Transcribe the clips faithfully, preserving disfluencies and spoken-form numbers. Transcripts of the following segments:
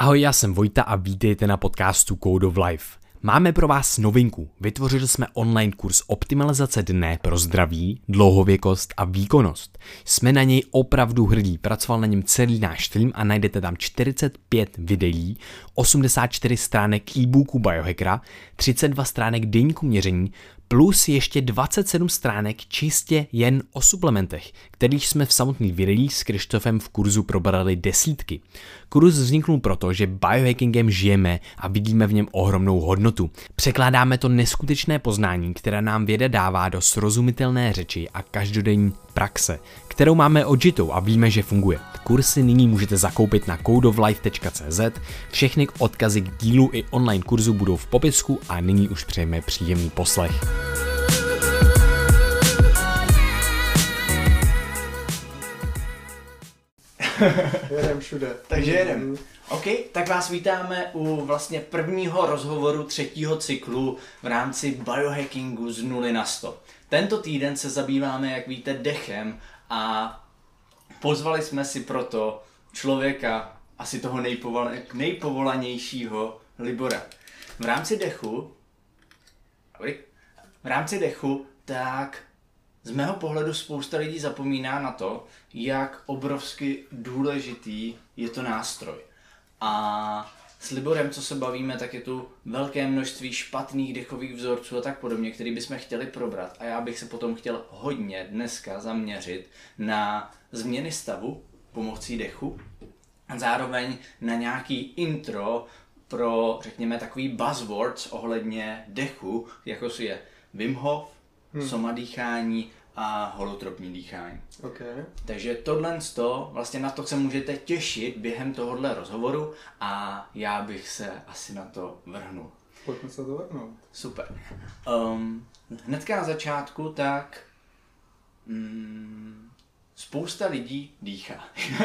Ahoj, já jsem Vojta a vítejte na podcastu Code of Life. Máme pro vás novinku. Vytvořili jsme online kurz optimalizace dne pro zdraví, dlouhověkost a výkonnost. Jsme na něj opravdu hrdí, pracoval na něm celý náš tým a najdete tam čtyřicet pět videí, osmdesát čtyři stránek e-booku Biohackera, třicet dva stránek deníku měření, plus ještě dvacet sedm stránek čistě jen o suplementech, kterých jsme v samotných videích s Krištofem v kurzu probrali desítky. Kurz vzniknul proto, že biohackingem žijeme a vidíme v něm ohromnou hodnotu. Překládáme to neskutečné poznání, které nám věda dává do srozumitelné řeči a každodenní praxe, kterou máme odžitou a víme, že funguje. Kursy nyní můžete zakoupit na code of life tečka cé zet, všechny odkazy k dílu i online kurzu budou v popisku a nyní už přejeme příjemný poslech. Jedem všude. Takže jedem. OK, tak vás vítáme u vlastně prvního rozhovoru třetího cyklu v rámci biohackingu z nuly na sto. Tento týden se zabýváme, jak víte, dechem a pozvali jsme si proto člověka, asi toho nejpovol- nejpovolanějšího Libora. V rámci dechu, v rámci dechu, tak z mého pohledu spousta lidí zapomíná na to, jak obrovsky důležitý je to nástroj. A s Liborem, co se bavíme, tak je tu velké množství špatných dechových vzorců a tak podobně, který bychom chtěli probrat. A já bych se potom chtěl hodně dneska zaměřit na změny stavu pomocí dechu a zároveň na nějaký intro pro, řekněme, takový buzzwords ohledně dechu, jako si je Wim Hof, hmm. soma dýchání a holotropní dýchání. Okay. Takže tohle vlastně na to se můžete těšit během tohohle rozhovoru a já bych se asi na to vrhnul. Pojďme se to vrhnout. Super. Um, hnedka na začátku tak um, spousta lidí dýchá.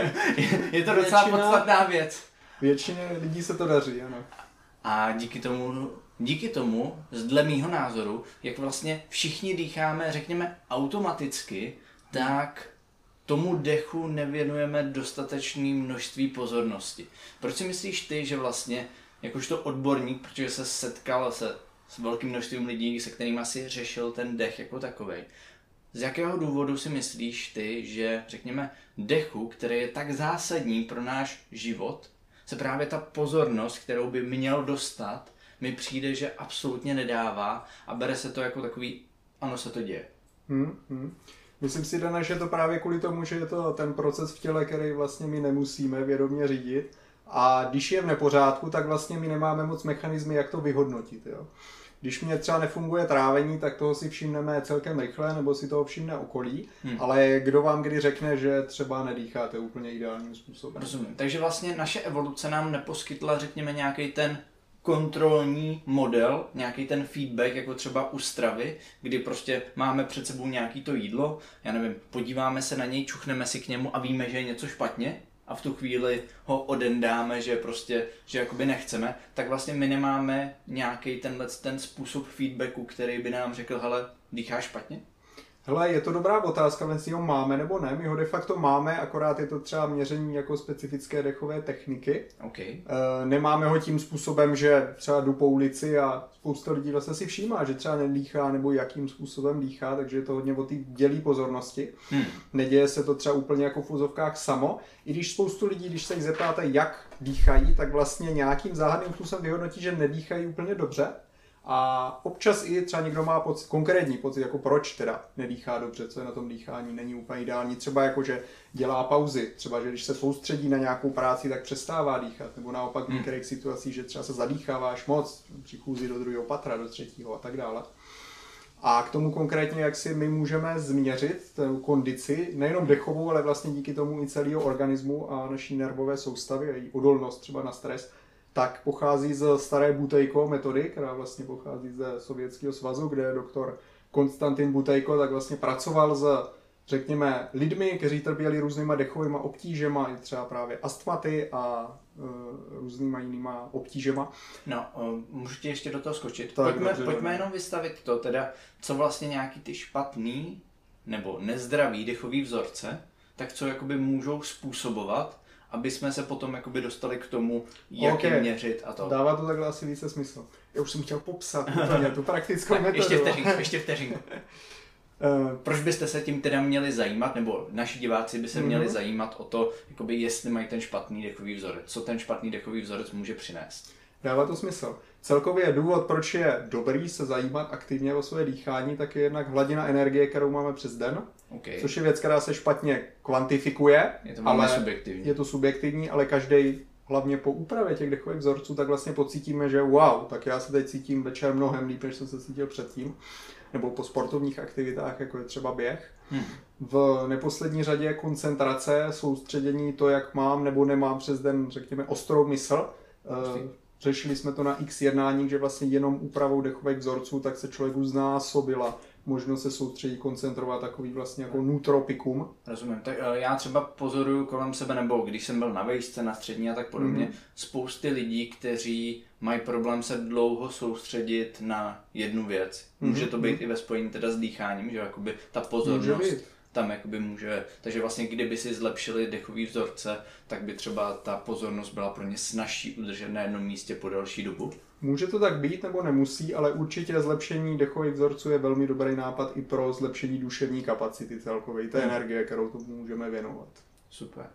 Je to docela Většina, podstatná věc. Většině lidí se to daří, ano. A díky tomu, díky tomu, dle mýho názoru, jak vlastně všichni dýcháme, řekněme, automaticky, tak tomu dechu nevěnujeme dostatečné množství pozornosti. Proč si myslíš ty, že vlastně, jakožto odborník, protože se setkal se s velkým množstvím lidí, se kterými si řešil ten dech jako takovej, z jakého důvodu si myslíš ty, že, řekněme, dechu, který je tak zásadní pro náš život, se právě ta pozornost, kterou by měl dostat, mi přijde, že absolutně nedává a bere se to jako takový, ano, se to děje. Hmm, hmm. Myslím si, Dana, že je to právě kvůli tomu, že je to ten proces v těle, který vlastně my nemusíme vědomě řídit. A když je v nepořádku, tak vlastně my nemáme moc mechanizmy, jak to vyhodnotit. Jo? Když mě třeba nefunguje trávení, tak toho si všimneme celkem rychle, nebo si toho všimne okolí, hmm. ale kdo vám kdy řekne, že třeba nedýcháte úplně ideálním způsobem. Rozumím. Takže vlastně naše evoluce nám neposkytla, řekněme, nějaký ten kontrolní model, nějaký ten feedback, jako třeba u stravy, kdy prostě máme před sebou nějaký to jídlo, já nevím, podíváme se na něj, čuchneme si k němu a víme, že je něco špatně a v tu chvíli ho odendáme, že prostě, že jakoby nechceme, tak vlastně my nemáme nějaký tenhle ten způsob feedbacku, který by nám řekl, hele, dýcháš špatně? Hele, je to dobrá otázka, jestli ho máme nebo ne. My ho de facto máme, akorát je to třeba měření jako specifické dechové techniky. Okay. E, nemáme ho tím způsobem, že třeba jdu po ulici a spousta lidí vlastně si všímá, že třeba nedýchá nebo jakým způsobem dýchá, takže je to hodně o té dělí pozornosti. Hmm. Neděje se to třeba úplně jako v úzovkách samo. I když spoustu lidí, když se jich zeptáte, jak dýchají, tak vlastně nějakým záhadným způsobem vyhodnotí, že nedýchají úplně dobře. A občas i třeba někdo má pocit, konkrétní pocit, jako proč teda nedýchá dobře, co je na tom dýchání, není úplně ideální. Třeba jako, že dělá pauzy, třeba, že když se soustředí na nějakou práci, tak přestává dýchat, nebo naopak v některých situacích, že třeba se zadýcháváš moc, při chůzi do druhého patra, do třetího a tak dále. A k tomu konkrétně, jak si my můžeme změřit tu kondici, nejenom dechovou, ale vlastně díky tomu i celého organismu a naší nervové soustavy a její odolnost třeba na stres, tak pochází z staré Butejko metody, která vlastně pochází ze Sovětského svazu, kde doktor Konstantin Butejko tak vlastně pracoval s, řekněme, lidmi, kteří trpěli různýma dechovýma obtížema, i třeba právě astmaty a e, různýma jinýma obtížema. No, můžu ti ještě do toho skočit. Tak, pojďme, dobře, pojďme jenom vystavit to, teda, co vlastně nějaký ty špatný nebo nezdravý dechový vzorce, tak co jakoby můžou způsobovat aby jsme se potom jakoby dostali k tomu, jak okay. je měřit a to. Dává to takhle asi více smysl. Já už jsem chtěl popsat úplně tu praktickou metodu. Ještě vteřinku, ještě vteřinku. Proč byste se tím teda měli zajímat, nebo naši diváci by se měli mm-hmm. zajímat o to, jakoby jestli mají ten špatný dechový vzorec, co ten špatný dechový vzorec může přinést? Dává to smysl. Celkově důvod, proč je dobrý se zajímat aktivně o své dýchání, tak je jednak hladina energie, kterou máme přes den, okay. což je věc, která se špatně kvantifikuje, je to ale subjektivní. je to subjektivní, ale každý, hlavně po úpravě těch dechových vzorců, tak vlastně pocítíme, že wow, tak já se teď cítím večer mnohem líp, než jsem se cítil předtím, nebo po sportovních aktivitách, jako je třeba běh. Hmm. V neposlední řadě koncentrace, soustředění, to, jak mám nebo nemám přes den, řekněme, ostrou mysl. Prostě. Řešili jsme to na x jednání, že vlastně jenom úpravou dechových vzorců tak se člověku znásobila možnost se soustředit, koncentrovat, takový vlastně jako nootropikum. Rozumím. Tak já třeba pozoruju kolem sebe, nebo když jsem byl na vejšce, na střední a tak podobně, mm-hmm. spousty lidí, kteří mají problém se dlouho soustředit na jednu věc. Může to být mm-hmm. i ve spojení teda s dýcháním, že jakoby ta pozornost tam jakoby může, takže vlastně kdyby si zlepšili dechový vzorce, tak by třeba ta pozornost byla pro ně snazší udržet na jednom místě po delší dobu. Může to tak být nebo nemusí, ale určitě zlepšení dechových vzorců je velmi dobrý nápad i pro zlepšení duševní kapacity celkové, té hmm. energie, kterou tomu můžeme věnovat. Super.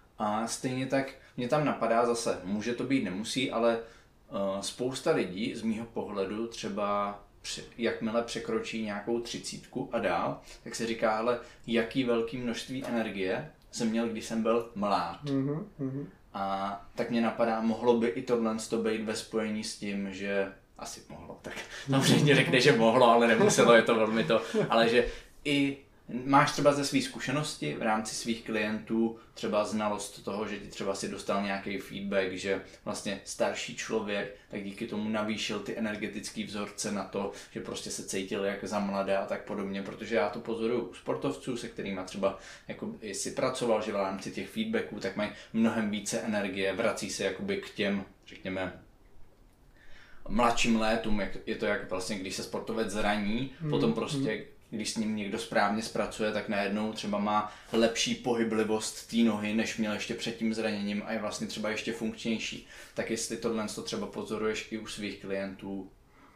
A stejně tak mě tam napadá zase, může to být, nemusí, ale uh, spousta lidí z mýho pohledu třeba jakmile překročí nějakou třicítku a dál, tak se říká, ale jaký velký množství energie jsem měl, když jsem byl mlád. Mm-hmm, mm-hmm. A tak mě napadá, mohlo by i tohle být ve spojení s tím, že asi mohlo, tak samozřejmě řekne, že mohlo, ale nemuselo, je to velmi to, ale že i máš třeba ze svých zkušenosti v rámci svých klientů třeba znalost toho, že ti třeba si dostal nějaký feedback, že vlastně starší člověk tak díky tomu navýšil ty energetické vzorce na to, že prostě se cítil jak za mladé a tak podobně, protože já to pozoruju u sportovců, se kterými třeba jako si pracoval, že v rámci těch feedbacků tak mají mnohem více energie, vrací se jakoby k těm, řekněme, mladším létům, jak je to jak vlastně, když se sportovec zraní, hmm. potom prostě když s ním někdo správně zpracuje, tak najednou třeba má lepší pohyblivost té nohy, než měl ještě před tím zraněním a je vlastně třeba ještě funkčnější. Tak jestli tohle to třeba pozoruješ i u svých klientů.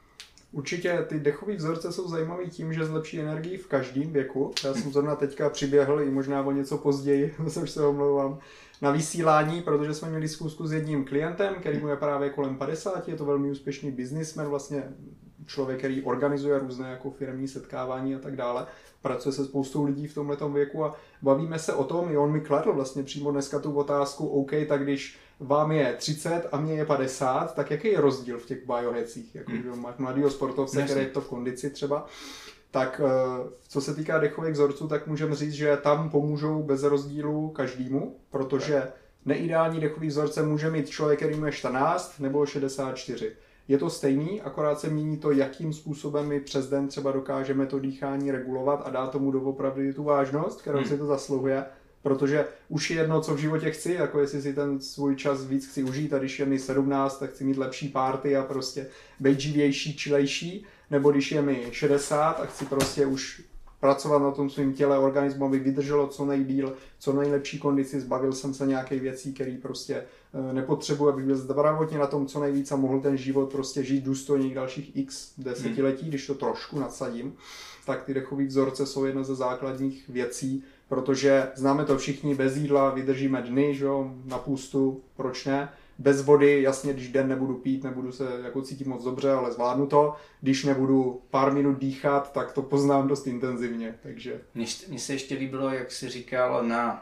Určitě ty dechové vzorce jsou zajímavé tím, že zlepší energii v každém věku. Já jsem zrovna teďka přiběhl i možná o něco později, což se omlouvám, na vysílání, protože jsme měli zkusku s jedním klientem, který mu je právě kolem padesáti, je to velmi úspěšný businessman, vlastně člověk, který organizuje různé jako firemní setkávání a tak dále. Pracuje se spoustou lidí v tomhletom věku a bavíme se o tom, i on mi kladl vlastně přímo dneska tu otázku, OK, tak když vám je třicet a mně je padesát, tak jaký je rozdíl v těch biohackích? Jako, hmm. že máš mladýho sportovce, který je to v kondici třeba. Tak co se týká dechových vzorců, tak můžeme říct, že tam pomůžou bez rozdílu každému, protože neideální dechový vzorce může mít člověk, který má čtrnáct nebo šedesát čtyři. Je to stejný, akorát se mění to, jakým způsobem my přes den třeba dokážeme to dýchání regulovat a dát tomu doopravdy tu vážnost, kterou hmm. si to zasluhuje, protože už je jedno, co v životě chci, jako jestli si ten svůj čas víc chci užít a když je mi sedmnáct, tak chci mít lepší party a prostě být živější, čilejší, nebo když je mi šedesát a chci prostě už pracovat na tom svým těle, organismu, aby vydrželo co nejdýl, co nejlepší kondici, zbavil jsem se nějakých věcí, které prostě nepotřebuji, abych byl zdravotně na tom co nejvíc a mohl ten život prostě žít důstojně dalších x desetiletí, hmm. když to trošku nadsadím, tak ty dechové vzorce jsou jedna ze základních věcí, protože známe to všichni, bez jídla vydržíme dny, že jo, na pustu, proč ne? Bez vody, jasně, když den nebudu pít, nebudu se jako cítit moc dobře, ale zvládnu to. Když nebudu pár minut dýchat, tak to poznám dost intenzivně, takže... Mně se ještě líbilo, jak jsi říkal, na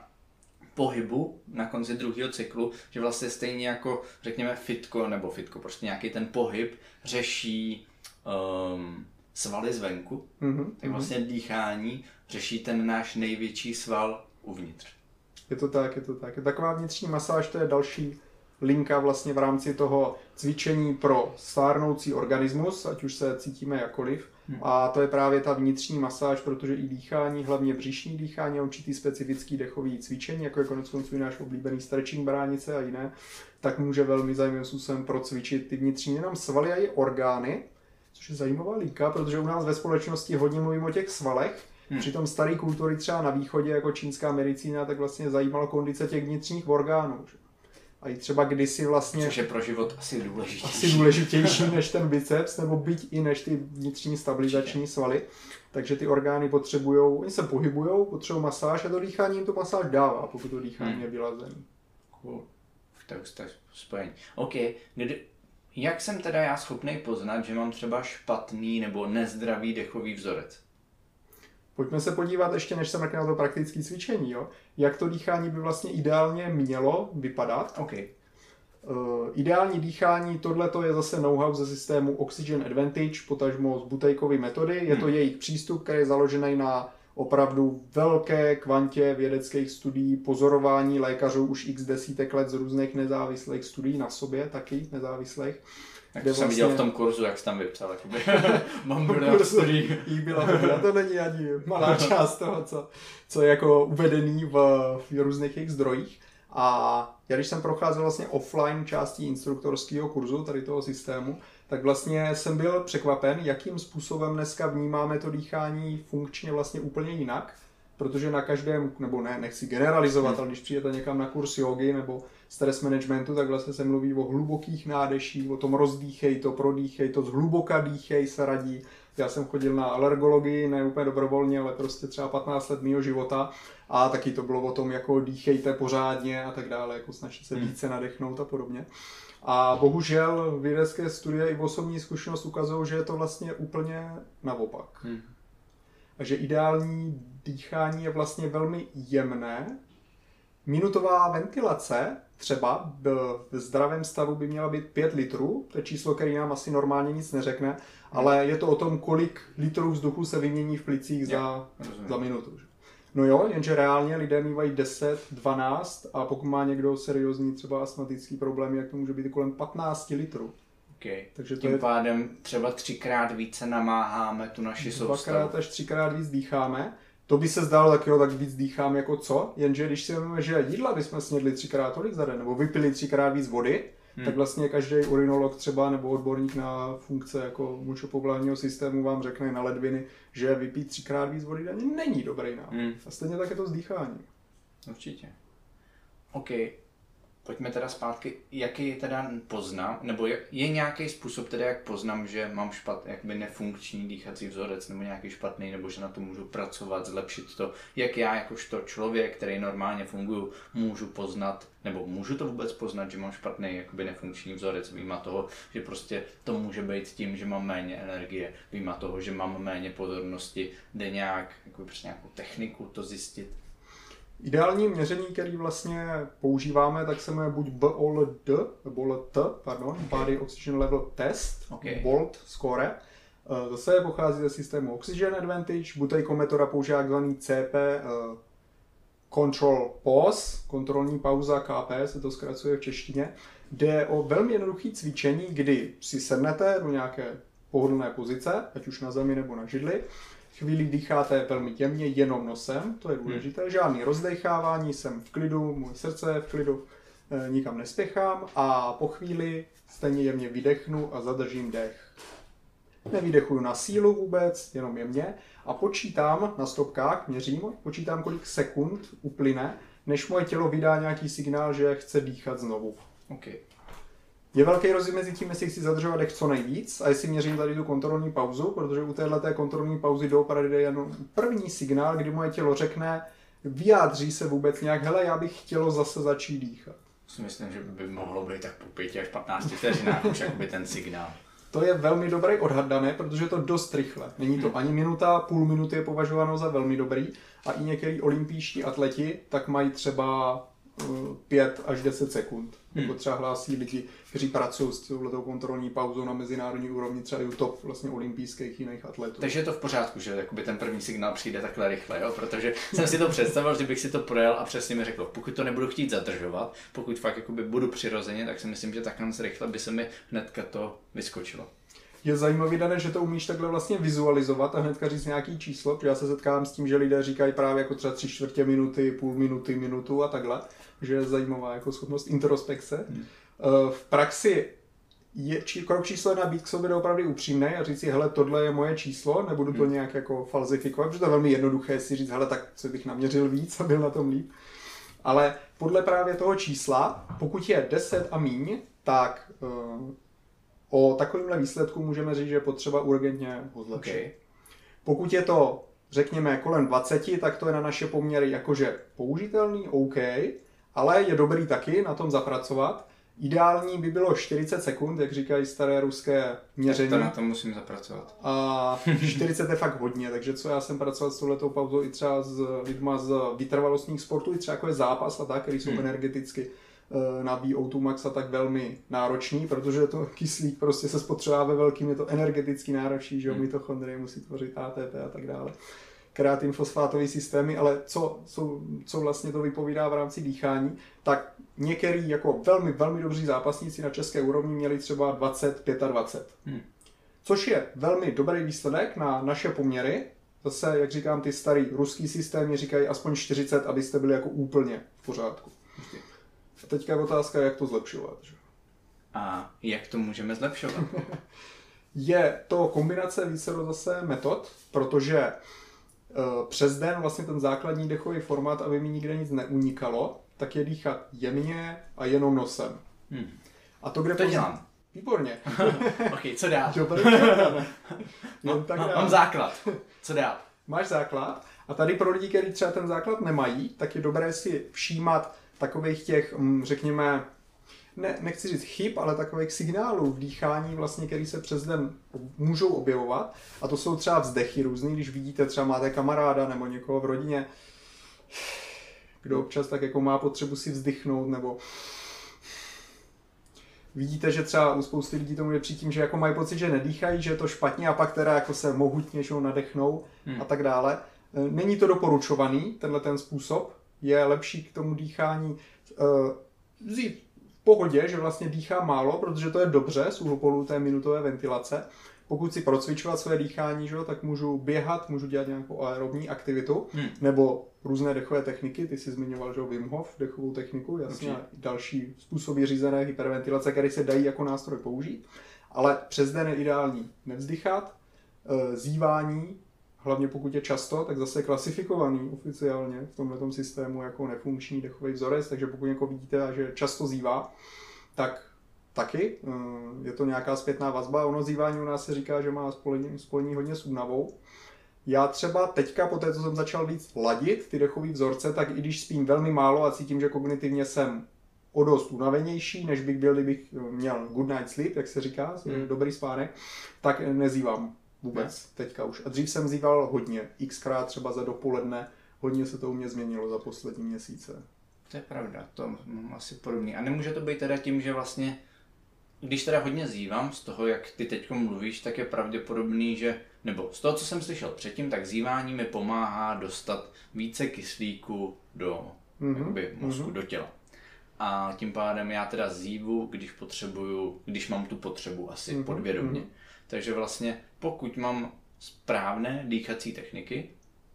pohybu na konci druhého cyklu, že vlastně stejně jako, řekněme, fitko, nebo fitko, prostě nějaký ten pohyb řeší um, svaly zvenku, mm-hmm, tak vlastně mm-hmm. dýchání řeší ten náš největší sval uvnitř. Je to tak, je to tak. Je taková vnitřní masáž, to je další linka vlastně v rámci toho cvičení pro stárnoucí organismus, ať už se cítíme jakoliv. Hmm. A to je právě ta vnitřní masáž, protože i dýchání, hlavně břišní dýchání a určitý specifický dechový cvičení, jako je konec konců i náš oblíbený stretching bránice a jiné, tak může velmi zajímavým způsobem procvičit ty vnitřní jenom svaly a i orgány, což je zajímavá linka, protože u nás ve společnosti hodně mluvím o těch svalech, Hmm. Přitom staré kultury třeba na východě, jako čínská medicína, tak vlastně zajímala kondice těch vnitřních orgánů. Že? A i třeba kdysi vlastně... Což je pro život asi důležitější. Asi důležitější než ten biceps, nebo byť i než ty vnitřní stabilizační svaly. Takže ty orgány potřebujou, oni se pohybujou, potřebují masáž a to dýchání jim to masáž dává, pokud to dýchání hmm. je vylazený. Cool. Tak jste spojení. OK, kdy, jak jsem teda já schopný poznat, že mám třeba špatný nebo nezdravý dechový vzorec? Pojďme se podívat ještě, než se mrkne na to praktické cvičení, jo? Jak to dýchání by vlastně ideálně mělo vypadat. Okay. Uh, ideální dýchání, tohle je zase know-how ze systému Oxygen Advantage, potažmo z Butejkovy metody. Je to hmm. jejich přístup, který je založený na opravdu velké kvantě vědeckých studií, pozorování lékařů už x desítek let z různých nezávislých studií na sobě, taky nezávislých. Jak to jsem vlastně... viděl v tom kurzu, jak jsi tam vypsal, jakoby. Mám kurzu studií. Jí byla dobrá, to není ani malá část toho, co, co je jako uvedený v, v různých jejich zdrojích. A já když jsem procházel vlastně offline částí instruktorského kurzu, tady toho systému, tak vlastně jsem byl překvapen, jakým způsobem dneska vnímáme to dýchání funkčně vlastně úplně jinak, protože na každém, nebo ne, nechci generalizovat, hmm. ale když přijete někam na kurz jogy nebo stres managementu, tak vlastně se mluví o hlubokých nádeších, o tom rozdýchej to, prodýchej to, zhluboka dýchej se radí. Já jsem chodil na alergologii, ne úplně dobrovolně, ale prostě třeba patnáct let mýho života a taky to bylo o tom, jako dýchejte pořádně a tak dále, jako snažit se více nadechnout a podobně. A bohužel vědecké studie i osobní zkušenost ukazují, že je to vlastně úplně naopak. Hmm. A že ideální dýchání je vlastně velmi jemné. Minutová ventilace třeba v zdravém stavu by měla být pět litrů, to je číslo, který nám asi normálně nic neřekne, hmm. ale je to o tom, kolik litrů vzduchu se vymění v plicích za, za minutu. No jo, jenže reálně lidé mývají deset, dvanáct a pokud má někdo seriózní třeba astmatický problém, jak to může být kolem patnáct litrů. Okay. Takže tím je... pádem třeba třikrát více namáháme tu naši soustavu. Dvakrát až třikrát víc dýcháme. To by se zdalo tak jo, tak víc dýchám jako co? Jenže když si vezmeme, že jídla bychom snědli třikrát tolik za den, nebo vypili třikrát víc vody, hmm. tak vlastně každý urinolog třeba nebo odborník na funkce jako močopoplavního systému vám řekne na ledviny, že vypít třikrát víc vody denně není dobrý nápad. Hmm. A stejně tak je to s dýcháním. Určitě. OK. Pojďme teda zpátky, jaký teda poznám, nebo je, je nějaký způsob teda, jak poznám, že mám špat, jakoby nefunkční dýchací vzorec, nebo nějaký špatný, nebo že na to můžu pracovat, zlepšit to, jak já jakožto člověk, který normálně funguju, můžu poznat, nebo můžu to vůbec poznat, že mám špatný, jakoby nefunkční vzorec, výjima toho, že prostě to může být tím, že mám méně energie, výjima toho, že mám méně pozornosti, jde nějak, jakoby přes nějakou techniku to zjistit. Ideální měření, který vlastně používáme, tak se jmenuje buď B O L D, nebo L T, pardon, okay. Body Oxygen Level Test, okay. Bolt Score. Zase pochází ze systému Oxygen Advantage, Butejko metoda používá takzvaný C P, Control Pause, kontrolní pauza, K P se to zkracuje v češtině. Jde o velmi jednoduché cvičení, kdy si sednete do nějaké pohodlné pozice, ať už na zemi nebo na židli. Chvíli dýcháte velmi jemně, jenom nosem, to je důležité. Hmm. Žádný rozdechávání, jsem v klidu, můj srdce je v klidu, e, nikam nespěchám a po chvíli stejně jemně vydechnu a zadržím dech. Nevydechuju na sílu vůbec, jenom jemně a počítám na stopkách, měřím, počítám kolik sekund uplyne, než moje tělo vydá nějaký signál, že chce dýchat znovu. Okay. Je velký rozdíl mezi tím, jestli chci zadržovat dech co nejvíc a jestli měřím tady tu kontrolní pauzu, protože u téhleté kontrolní pauzy doopravdy jde jen první signál, kdy moje tělo řekne, vyjádří se vůbec nějak, hele, já bych chtělo zase začít dýchat. Si myslím, že by mohlo být tak po pěti až patnácti vteřinách už jakoby ten signál. To je velmi dobrý odhad dané, protože je to dost rychle. Není to ani minuta, půl minuty je považováno za velmi dobrý a i některý olympijští atleti tak mají třeba pět až deset sekund. Hmm. Jako třeba hlásí lidi, kteří pracují s touhletou kontrolní pauzou na mezinárodní úrovni, třeba i u top vlastně olympijských jiných atletů. Takže je to v pořádku, že jakoby ten první signál přijde takhle rychle, jo? Protože jsem si to představil, že bych si to projel a přesně mi řekl, pokud to nebudu chtít zadržovat, pokud fakt jakoby budu přirozeně, tak si myslím, že takhle rychle by se mi hnedka to vyskočilo. Je zajímavý, Dane, že to umíš takhle vlastně vizualizovat a hnedka říct nějaký číslo, protože já se setkávám s tím, že lidé říkají právě jako třeba tři čtvrtě minuty, půl minuty, minutu a takhle, že je zajímavá jako schopnost introspekce. Hmm. V praxi je, či, krok číslo jedna být k sobě opravdu upřímnej a říct si, hele, tohle je moje číslo, nebudu to hmm. nějak jako falzifikovat, protože to je velmi jednoduché si říct, hele, tak co bych naměřil víc a byl na tom líp. Ale podle právě toho čísla, pokud je deset a míň, tak uh, o takovémhle výsledku můžeme říct, že je potřeba urgentně ho zlepšit. Okay. Pokud je to, řekněme, kolem dvacet, tak to je na naše poměry jakože použitelný, OK, ale je dobrý taky na tom zapracovat. Ideální by bylo čtyřicet sekund, jak říkají staré ruské měření. To na tom musím zapracovat. A čtyřicet je fakt hodně, takže co já jsem pracoval s touhletou pauzou i třeba s lidma z vytrvalostních sportů, i třeba jako je zápas a tak, který jsou hmm. energeticky na V O dva max a tak velmi náročný, protože to kyslík prostě se spotřebuje ve velkým, je to energeticky náročný, že jo, hmm. mitochondrie musí tvořit A T P a tak dále. Kreatin, fosfátový systémy, ale co, co, co vlastně to vypovídá v rámci dýchání, tak některý jako velmi, velmi dobří zápasníci na české úrovni měli třeba dvacet, dvacet pět. Hmm. Což je velmi dobrý výsledek na naše poměry. Zase, jak říkám, ty starý ruský systémy říkají aspoň čtyřicet, abyste byli jako úplně v pořádku. A teďka je otázka, jak to zlepšovat. Že? A jak to můžeme zlepšovat? Je to kombinace vícero zase metod, protože přes den vlastně ten základní dechový formát, aby mi nikde nic neunikalo, tak je dýchat jemně a jenom nosem. Hmm. A to, kde to dělám. Výborně. Ok, co dál? Dobrý, no, tak dál. Mám základ. Co dál? Máš základ a tady pro lidi, kteří třeba ten základ nemají, tak je dobré si všímat takových těch, řekněme, ne, nechci říct chyb, ale takových signálů v dýchání, vlastně, který se přes den můžou objevovat. A to jsou třeba vzdechy různý, když vidíte, třeba máte kamaráda nebo někoho v rodině, kdo občas tak jako má potřebu si vzdychnout, nebo vidíte, že třeba u spousty lidí tomu je při tím, že jako mají pocit, že nedýchají, že je to špatně a pak teda jako se mohutně nadechnou hmm. a tak dále. Není to doporučovaný, tenhle ten způsob. Je lepší k tomu dýchání uh, vzít v pohodě, že vlastně dýchá málo, protože to je dobře z úhlu pohledu té minutové ventilace. Pokud si procvičovat své dýchání, že, tak můžu běhat, můžu dělat nějakou aerobní aktivitu, hmm. nebo různé dechové techniky, ty jsi zmiňoval, že Wim Hof, dechovou techniku, jasně, okay. další způsoby řízené hyperventilace, které se dají jako nástroj použít, ale přes den je ideální nevzdychat, zívání, hlavně pokud je často, tak zase klasifikovaný oficiálně v tomhletom systému jako nefunkční dechový vzorec, takže pokud někoho vidíte, že často zívá, tak taky je to nějaká zpětná vazba. Ono zívání u nás se říká, že má spojení, spojení hodně s únavou. Já třeba teďka, po té, co jsem začal víc ladit ty dechové vzorce, tak i když spím velmi málo a cítím, že kognitivně jsem o dost unavenější, než bych byl, kdybych měl good night sleep, jak se říká, mm. dobrý spánek, tak nezívám vůbec ne. teďka už. A dřív jsem zíval hodně, xkrát třeba za dopoledne, hodně se to u mě změnilo za poslední měsíce. To je pravda, to mám asi podobný. A nemůže to být teda tím, že vlastně, když teda hodně zívám, z toho, jak ty teďko mluvíš, tak je pravděpodobný, že, nebo z toho, co jsem slyšel předtím, tak zívání mi pomáhá dostat více kyslíku do mm-hmm. jakoby, mozku, mm-hmm. do těla. A tím pádem já teda zívu, když potřebuju, když mám tu potřebu asi mm-hmm. podvědomě. Mm-hmm. Takže vlastně pokud mám správné dýchací techniky,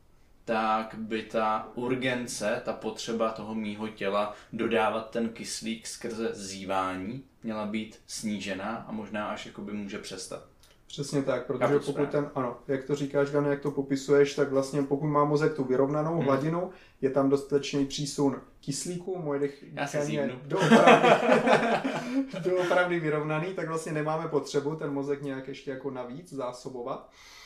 tak by ta urgence, ta potřeba toho mýho těla dodávat ten kyslík skrze zívání měla být snížená a možná až jakoby může přestat. Přesně tak, protože pokud ten, ano, jak to říkáš, Dane, jak to popisuješ, tak vlastně pokud má mozek tu vyrovnanou hmm. hladinu, je tam dostatečný přísun kyslíku, moje dýchání je doopravdy, doopravdy vyrovnaný, tak vlastně nemáme potřebu ten mozek nějak ještě jako navíc zásobovat.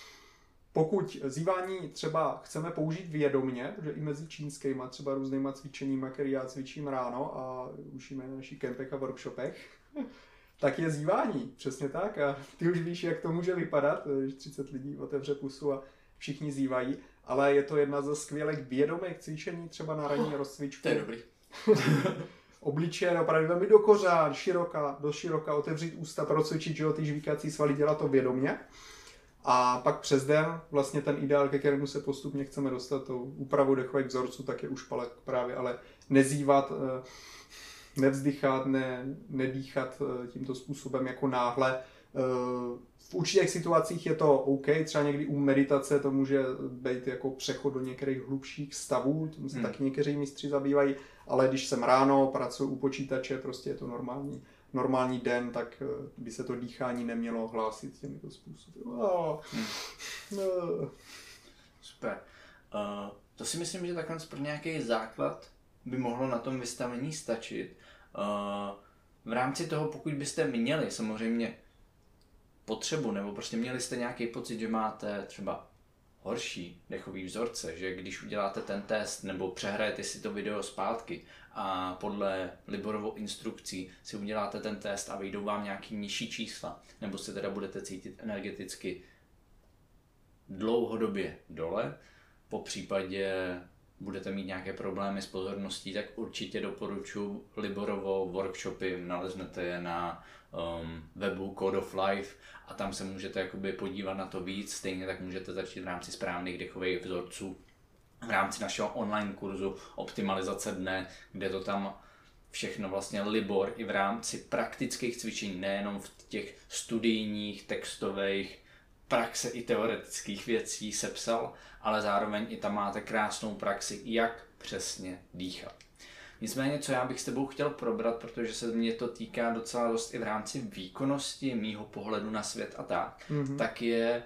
Pokud zívání třeba chceme použít vědomně, protože i mezi čínskýma třeba různýma cvičeníma, který já cvičím ráno a učíme na našich kempech a workshopech, tak je zívání, přesně tak. A ty už víš, jak to může vypadat, když třicet lidí otevře pusu a všichni zívají, ale je to jedna ze skvělých vědomých cvičení třeba na ranní rozcvičku. To je dobrý. Obličeje opravdu velmi do kořán, široka, do široka, otevřít ústa, procvičit, že jo, ty žvíkací svaly, dělat to vědomě. A pak přes den vlastně ten ideál, ke kterému se postupně chceme dostat, tou úpravou dechových vzorců, tak je už palek právě, ale nezívat, nevzdychat, ne, nedýchat tímto způsobem jako náhle. V určitých situacích je to OK, třeba někdy u meditace to může být jako přechod do některých hlubších stavů, tím se hmm. taky někteří mistři zabývají, ale když jsem ráno, pracuji u počítače, prostě je to normální normální den, tak by se to dýchání nemělo hlásit těmito způsoby. Oh. Hmm. No. Super. Uh, to si myslím, že takhle pro nějaký základ by mohlo na tom vystavení stačit. Uh, v rámci toho, pokud byste měli samozřejmě potřebu, nebo prostě měli jste nějaký pocit, že máte třeba horší dechový vzorce, že když uděláte ten test nebo přehrajete si to video zpátky a podle Liborovo instrukcí si uděláte ten test a vyjdou vám nějaký nižší čísla, nebo se teda budete cítit energeticky dlouhodobě dole, po případě budete mít nějaké problémy s pozorností, tak určitě doporučuji Liborovo workshopy, naleznete je na um, webu Code of Life a tam se můžete jakoby podívat na to víc, stejně tak můžete začít v rámci správných dechových vzorců, v rámci našeho online kurzu Optimalizace dne, kde to tam všechno vlastně Libor i v rámci praktických cvičení, nejenom v těch studijních, textových, praxe i teoretických věcí sepsal, ale zároveň i tam máte krásnou praxi, jak přesně dýchat. Nicméně, co já bych s tebou chtěl probrat, protože se mě to týká docela dost i v rámci výkonnosti, mýho pohledu na svět a tak, mm-hmm. tak je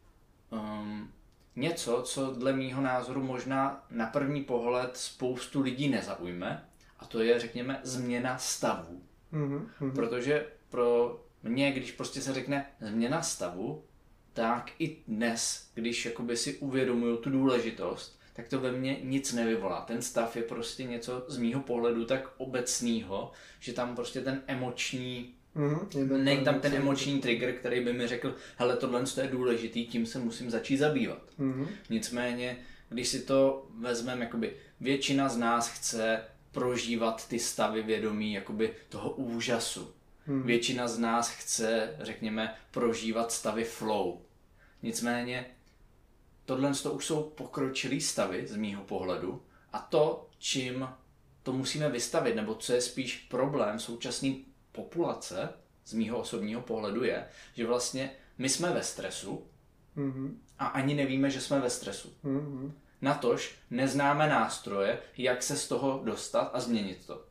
um, něco, co dle mýho názoru možná na první pohled spoustu lidí nezaujme, a to je, řekněme, změna stavu. Mm-hmm. Protože pro mě, když prostě se řekne změna stavu, tak i dnes, když jakoby si uvědomuju tu důležitost, tak to ve mně nic nevyvolá. Ten stav je prostě něco z mýho pohledu tak obecného, že tam prostě ten emoční, mm-hmm, není tam ten emoční trigger, který by mi řekl, hele, tohle je důležitý, tím se musím začít zabývat. Mm-hmm. Nicméně, když si to vezmeme, jakoby většina z nás chce prožívat ty stavy vědomí jakoby toho úžasu. Hmm. Většina z nás chce, řekněme, prožívat stavy flow. Nicméně, tohle to už jsou pokročilý stavy z mýho pohledu a to, čím to musíme vystavit, nebo co je spíš problém současné populace z mýho osobního pohledu je, že vlastně my jsme ve stresu hmm. a ani nevíme, že jsme ve stresu. Hmm. Natož neznáme nástroje, jak se z toho dostat a změnit to.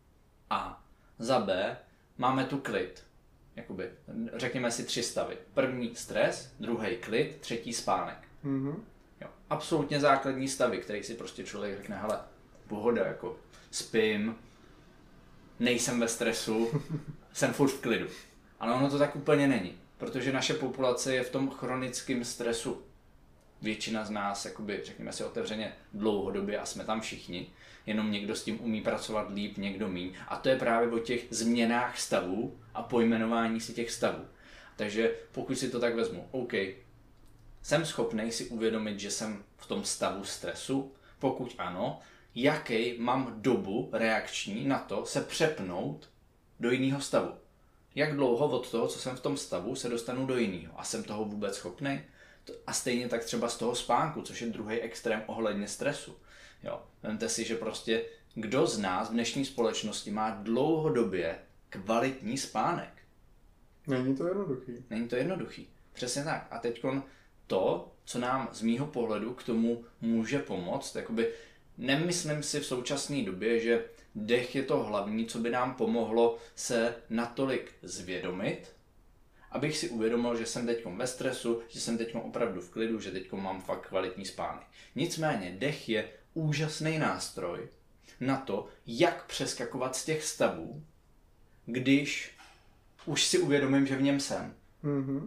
A za B máme tu klid. Jakoby, řekněme si tři stavy. První stres, druhý klid, třetí spánek. Mm-hmm. Jo, absolutně základní stavy, který si prostě člověk řekne, hele, pohoda, jako spím, nejsem ve stresu, jsem furt v klidu. Ale ono to tak úplně není, protože naše populace je v tom chronickém stresu. Většina z nás, jakoby, řekněme si otevřeně, dlouhodobě a jsme tam všichni, jenom někdo s tím umí pracovat líp, někdo míň. A to je právě o těch změnách stavů a pojmenování si těch stavů. Takže pokud si to tak vezmu, OK, jsem schopný si uvědomit, že jsem v tom stavu stresu, pokud ano, jaký mám dobu reakční na to se přepnout do jiného stavu. Jak dlouho od toho, co jsem v tom stavu, se dostanu do jiného a jsem toho vůbec schopný? A stejně tak třeba z toho spánku, což je druhý extrém ohledně stresu. Jo. Vemte si, že prostě kdo z nás v dnešní společnosti má dlouhodobě kvalitní spánek? Není to jednoduchý. Není to jednoduchý. Přesně tak. A teď to, co nám z mýho pohledu k tomu může pomoct, jakoby nemyslím si v současné době, že dech je to hlavní, co by nám pomohlo se natolik zvědomit, abych si uvědomil, že jsem teď ve stresu, že jsem teď opravdu v klidu, že teď mám fakt kvalitní spánek. Nicméně dech je úžasný nástroj na to, jak přeskakovat z těch stavů, když už si uvědomím, že v něm jsem. Mm-hmm.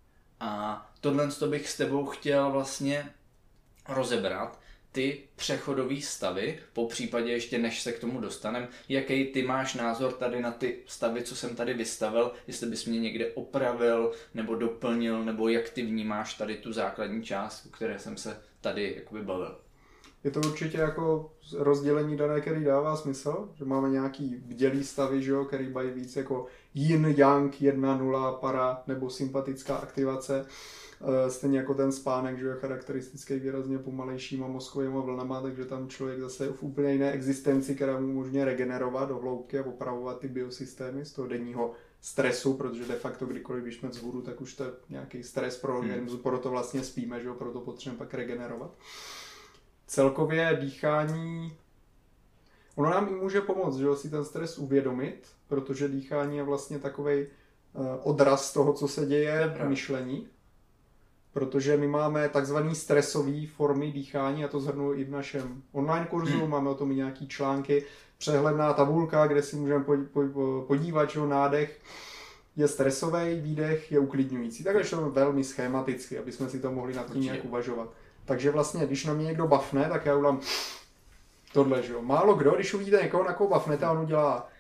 A tohle bych s tebou chtěl vlastně rozebrat, ty přechodové stavy, po případě ještě než se k tomu dostanem, jaký ty máš názor tady na ty stavy, co jsem tady vystavil, jestli bys mě někde opravil, nebo doplnil, nebo jak ty vnímáš tady tu základní část, o které jsem se tady jakoby bavil. Je to určitě jako rozdělení dané, který dává smysl, že máme nějaký bdělý stavy, že jo, který mají víc jako yin, yang, jedna, nula, para nebo sympatická aktivace. Stejně jako ten spánek, že je charakteristický výrazně pomalejšíma mozkovýma vlnama, takže tam člověk zase je v úplně jiné existenci, která mu umožňuje regenerovat do hloubky a opravovat ty biosystémy z toho denního stresu, protože de facto kdykoliv když jsme vzhůru, tak už to je nějaký stres pro organismus, hmm. proto vlastně spíme, že jo, proto potřebujeme pak regenerovat. Celkově dýchání, ono nám i může pomoct, že jo, si ten stres uvědomit, protože dýchání je vlastně takovej uh, odraz toho, co se děje v myšlení. Protože my máme takzvané stresové formy dýchání, a to shrnu i v našem online kurzu, hmm. máme o tom i nějaký články, přehledná tabulka, kde si můžeme podívat, že nádech je stresový, výdech je uklidňující. Takže to je velmi schematicky, aby jsme si to mohli nad tím nějak uvažovat. Takže vlastně, když na mě někdo bafne, tak já udělám tohle, že jo. Málo kdo, když uvidíte někoho, na koho bafnete, a on udělá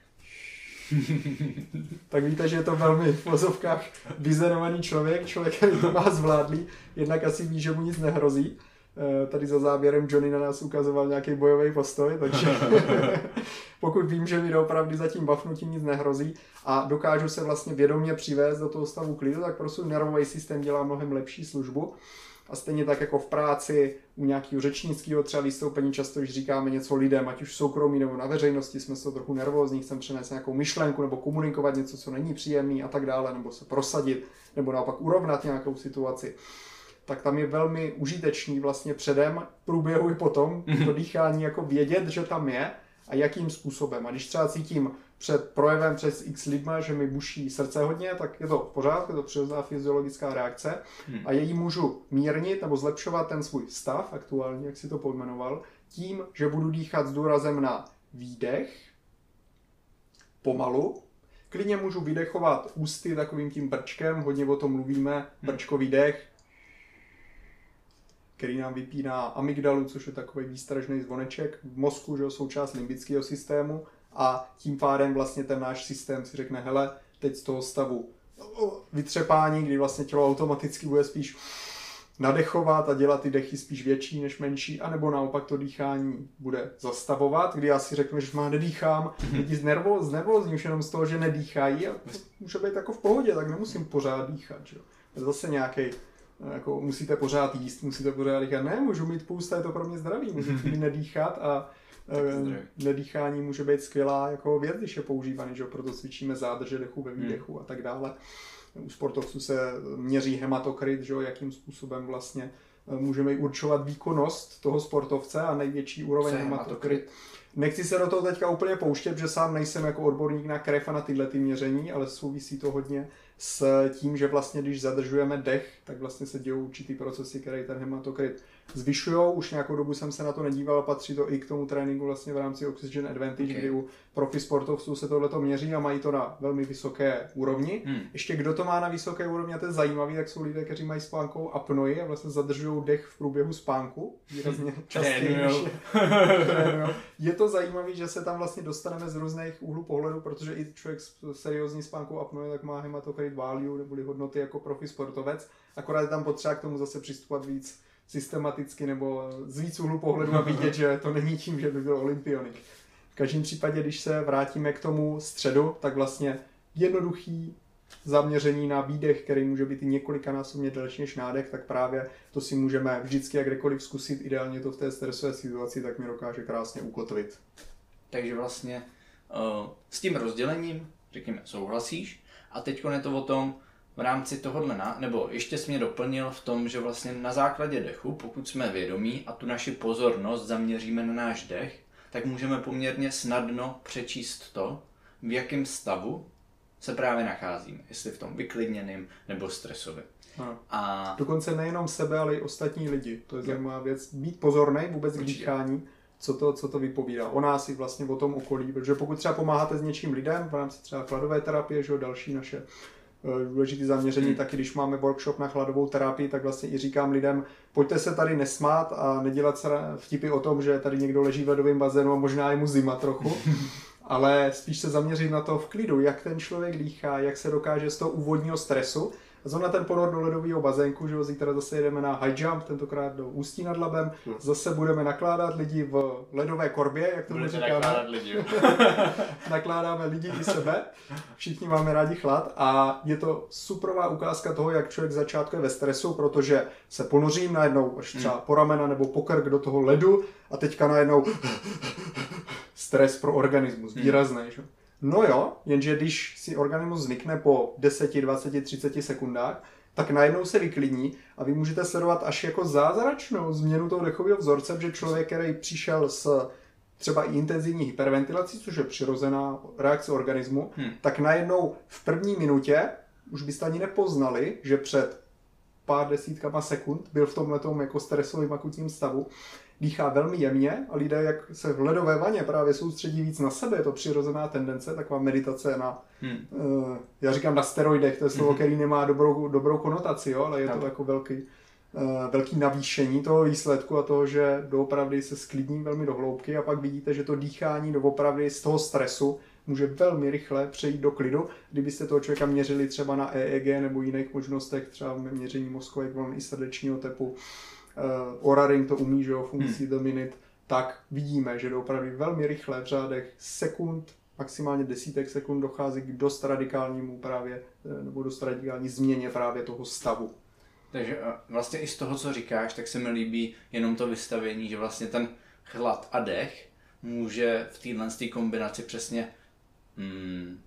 tak víte, že je to velmi v vozovkách vyzenovaný člověk, člověk, který to má zvládlý, jednak asi ví, že mu nic nehrozí. Tady za záběrem Johnny na nás ukazoval nějaký bojový postoj, takže pokud vím, že mi doopravdy za tím bafnutím nic nehrozí a dokážu se vlastně vědomě přivést do toho stavu klidu, tak prostě nervový systém dělá mnohem lepší službu. A stejně tak jako v práci, u nějakého řečnického třeba vystoupení, často, když říkáme něco lidem, ať už v soukromí nebo na veřejnosti, jsme se trochu nervózní, chceme přenést nějakou myšlenku nebo komunikovat něco, co není příjemný a tak dále, nebo se prosadit, nebo naopak urovnat nějakou situaci. Tak tam je velmi užitečný vlastně předem, v průběhu i potom, to dýchání jako vědět, že tam je a jakým způsobem. A když třeba cítím před projevem přes x lidma, že mi buší srdce hodně, tak je to v pořádku, je to přirozená fyziologická reakce hmm. a její můžu mírnit nebo zlepšovat ten svůj stav aktuálně, jak si to pojmenoval, tím, že budu dýchat s důrazem na výdech, pomalu. Klidně můžu vydechovat ústy takovým tím brčkem, hodně o tom mluvíme, brčkový dech, který nám vypíná amygdalu, což je takový výstražný zvoneček v mozku, že součást limbického systému. A tím pádem vlastně ten náš systém si řekne, hele, teď z toho stavu vytřepání, kdy vlastně tělo automaticky bude spíš nadechovat a dělat ty dechy spíš větší než menší, anebo naopak to dýchání bude zastavovat, kdy já si řeknu, že má nedýchám, lidi znervózní už jenom z toho, že nedýchají a to může být jako v pohodě, tak nemusím pořád dýchat. Že? Zase nějaký jako musíte pořád jíst, musíte pořád dýchat. Ne, můžu mít půst, je to pro mě zdravý, můžu chvíli nedýchat a nedýchání může být skvělá jako věc, když je používaný, že? Proto cvičíme zádrže dechu ve výdechu hmm. a tak dále. U sportovců se měří hematokrit, že? Jakým způsobem vlastně můžeme určovat výkonnost toho sportovce a největší úroveň hematokrit. Nechci se do toho teďka úplně pouštět, že sám nejsem jako odborník na krev a na tyhle ty měření, ale souvisí to hodně s tím, že vlastně když zadržujeme dech, tak vlastně se dějou určitý procesy, které ten hematokrit zvyšujou. Už nějakou dobu jsem se na to nedíval, patří to i k tomu tréninku vlastně v rámci Oxygen Advantage, okay. kdy u profi sportovců se tohleto měří a mají to na velmi vysoké úrovni. Hmm. Ještě kdo to má na vysoké úrovni, a to je zajímavý, tak jsou lidé, kteří mají spánkovou apnoji a vlastně zadržují dech v průběhu spánku. Výrazně častěji. Je to zajímavé, že se tam vlastně dostaneme z různých úhlů pohledu, protože i člověk s seriózní spánkovou apnoji tak má hematokrit value neboli hodnoty jako profi sportovec. Akorát je tam potřeba k tomu zase přistupovat víc systematicky nebo z víc úhlu pohledu a vidět, že to není tím, že by byl olympionik. V každém případě, když se vrátíme k tomu středu, tak vlastně jednoduchý zaměření na výdech, který může být i několikanásobně delší než nádech, tak právě to si můžeme vždycky a kdekoliv zkusit, ideálně to v té stresové situaci, tak mě dokáže krásně ukotvit. Takže vlastně uh, s tím rozdělením, řekněme, souhlasíš a teď je to o tom, v rámci tohohle, na, nebo ještě jsi mě doplnil v tom, že vlastně na základě dechu, pokud jsme vědomí a tu naši pozornost zaměříme na náš dech, tak můžeme poměrně snadno přečíst to, v jakém stavu se právě nacházíme. Jestli v tom vyklidněným nebo stresovém. A... Dokonce nejenom sebe, ale i ostatní lidi. To je zajímavá věc. Být pozorný vůbec k dýchání, co to, co to vypovídá o nás i vlastně o tom okolí. Protože pokud třeba pomáháte s něčím lidem, v rámci třeba chladové terapie, že další naše důležité zaměření, hmm. taky když máme workshop na chladovou terapii, tak vlastně i říkám lidem, pojďte se tady nesmát a nedělat se vtipy o tom, že tady někdo leží v ledovém bazénu a možná je mu zima trochu, ale spíš se zaměřit na to v klidu, jak ten člověk dýchá, jak se dokáže z toho úvodního stresu. A zrovna ten ponor do ledového bazénku, že zítra zase jedeme na high jump, tentokrát do Ústí nad Labem. Zase budeme nakládat lidi v ledové korbě, jak tomu říkáme. Nakládat lidi. Nakládáme lidi i sebe. Všichni máme rádi chlad a je to superová ukázka toho, jak člověk začátku je ve stresu, protože se ponořím najednou až třeba po ramena nebo po krk do toho ledu a teďka najednou stres pro organismus, výrazný. Že? No jo, jenže když si organismus zvykne po deset, dvacet, třicet sekundách, tak najednou se vyklidní a vy můžete sledovat až jako zázračnou změnu toho dechového vzorce, že člověk, který přišel s třeba i intenzivní hyperventilací, což je přirozená reakce organismu, hmm. tak najednou v první minutě už byste ani nepoznali, že před pár desítkama sekund byl v tomhletom jako stresovým akutním stavu, dýchá velmi jemně a lidé, jak se v ledové vaně právě soustředí víc na sebe, je to přirozená tendence, taková meditace na, hmm. uh, já říkám na steroidech, to je slovo, hmm. který nemá dobrou, dobrou konotaci, jo, ale je to jako velký, uh, velký navýšení toho výsledku a toho, že doopravdy se sklidní velmi do hloubky a pak vidíte, že to dýchání doopravdy z toho stresu může velmi rychle přejít do klidu. Kdybyste toho člověka měřili třeba na E E G nebo jiných možnostech, třeba měření mozkových vln i srdečního tepu, Uh, Oura Ring to umí, že jo, funkcí hmm. the minute, tak vidíme, že opravdu velmi rychle v řádech sekund, maximálně desítek sekund dochází k dost radikálnímu právě, nebo dost radikální změně právě toho stavu. Takže vlastně i z toho, co říkáš, tak se mi líbí jenom to vystavení, že vlastně ten chlad a dech může v téhle kombinaci přesně hmm,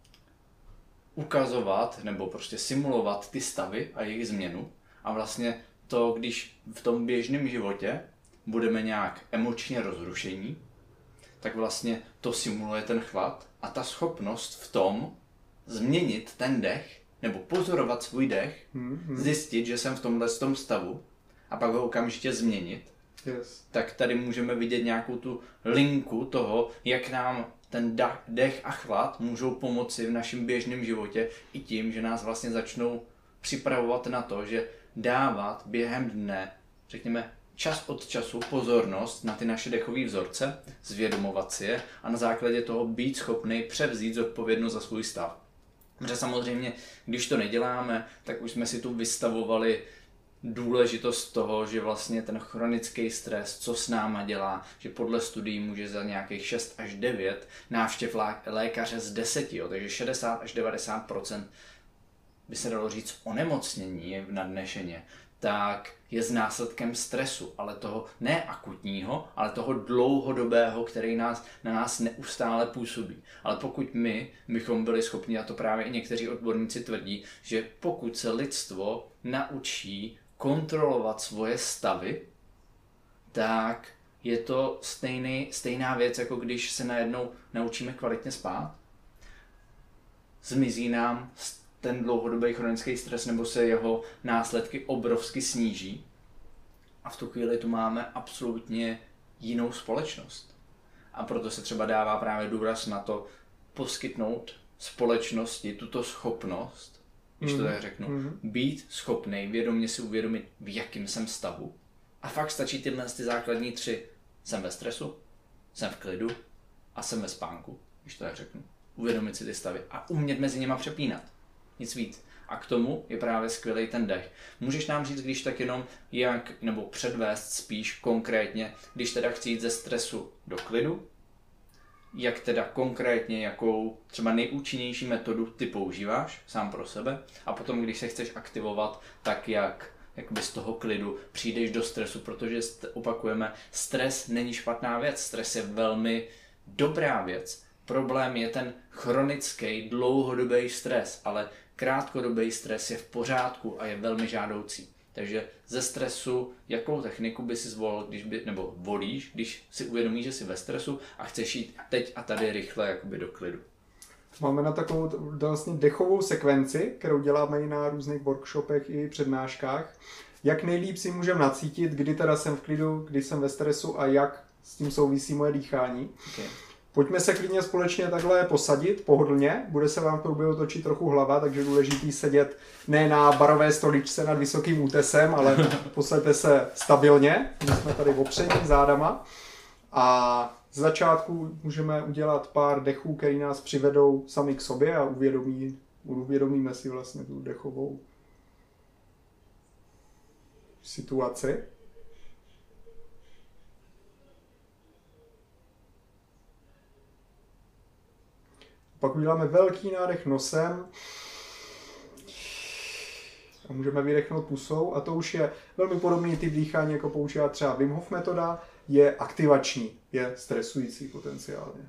ukazovat nebo prostě simulovat ty stavy a jejich změnu a vlastně to, když v tom běžném životě budeme nějak emočně rozrušení, tak vlastně to simuluje ten chlad a ta schopnost v tom změnit ten dech nebo pozorovat svůj dech, mm-hmm. zjistit, že jsem v tomhle tom stavu a pak ho okamžitě změnit, yes. tak tady můžeme vidět nějakou tu linku toho, jak nám ten dech a chlad můžou pomoci v našem běžném životě i tím, že nás vlastně začnou připravovat na to, že dávat během dne, řekněme, čas od času pozornost na ty naše dechové vzorce, zvědomovat si je a na základě toho být schopný převzít zodpovědnost za svůj stav. Protože samozřejmě, když to neděláme, tak už jsme si tu vystavovali důležitost toho, že vlastně ten chronický stres, co s náma dělá, že podle studií může za nějakých šest až devět návštěv lékaře z deseti, jo, takže šedesát až devadesát procent by se dalo říct onemocnění v nadnešeně, tak je s následkem stresu, ale toho ne akutního, ale toho dlouhodobého, který nás, na nás neustále působí. Ale pokud my bychom byli schopni, a to právě i někteří odborníci tvrdí, že pokud se lidstvo naučí kontrolovat svoje stavy, tak je to stejný, stejná věc, jako když se najednou naučíme kvalitně spát. Zmizí nám ten dlouhodobý chronický stres nebo se jeho následky obrovsky sníží. A v tu chvíli tu máme absolutně jinou společnost. A proto se třeba dává právě důraz na to poskytnout společnosti tuto schopnost, když to tak řeknu, mm-hmm. být schopný vědomě si uvědomit, v jakém jsem stavu. A fakt stačí tyhle ty základní tři. Jsem ve stresu, jsem v klidu a jsem ve spánku, když to tak řeknu. Uvědomit si ty stavy a umět mezi nimi přepínat. Nic víc. A k tomu je právě skvělý ten dech. Můžeš nám říct, když tak jenom jak, nebo předvést spíš konkrétně, když teda chci jít ze stresu do klidu, jak teda konkrétně, jakou třeba nejúčinnější metodu ty používáš sám pro sebe a potom, když se chceš aktivovat, tak jak jakoby z toho klidu přijdeš do stresu, protože opakujeme, stres není špatná věc, stres je velmi dobrá věc. Problém je ten chronický, dlouhodobý stres, ale krátkodobý stres je v pořádku a je velmi žádoucí. Takže ze stresu, jakou techniku by si zvolil, když by, nebo volíš, když si uvědomíš, že jsi ve stresu a chceš jít teď a tady rychle jakoby do klidu. Máme na takovou vlastně dechovou sekvenci, kterou děláme i na různých workshopech i přednáškách. Jak nejlíp si můžeme nacítit, kdy teda jsem v klidu, kdy jsem ve stresu a jak s tím souvisí moje dýchání. Okay. Pojďme se klidně společně takhle posadit, pohodlně. Bude se vám v průběhu točit trochu hlava, takže je důležitý sedět ne na barové stoličce nad vysokým útesem, ale posaďte se stabilně. My jsme tady opření zádama. A z začátku můžeme udělat pár dechů, které nás přivedou sami k sobě a uvědomí, uvědomíme si vlastně tu dechovou situaci. Pak uděláme velký nádech nosem a můžeme vydechnout pusou a to už je velmi podobný typ dýchání, jako používá třeba Wim Hof metoda, je aktivační, je stresující potenciálně.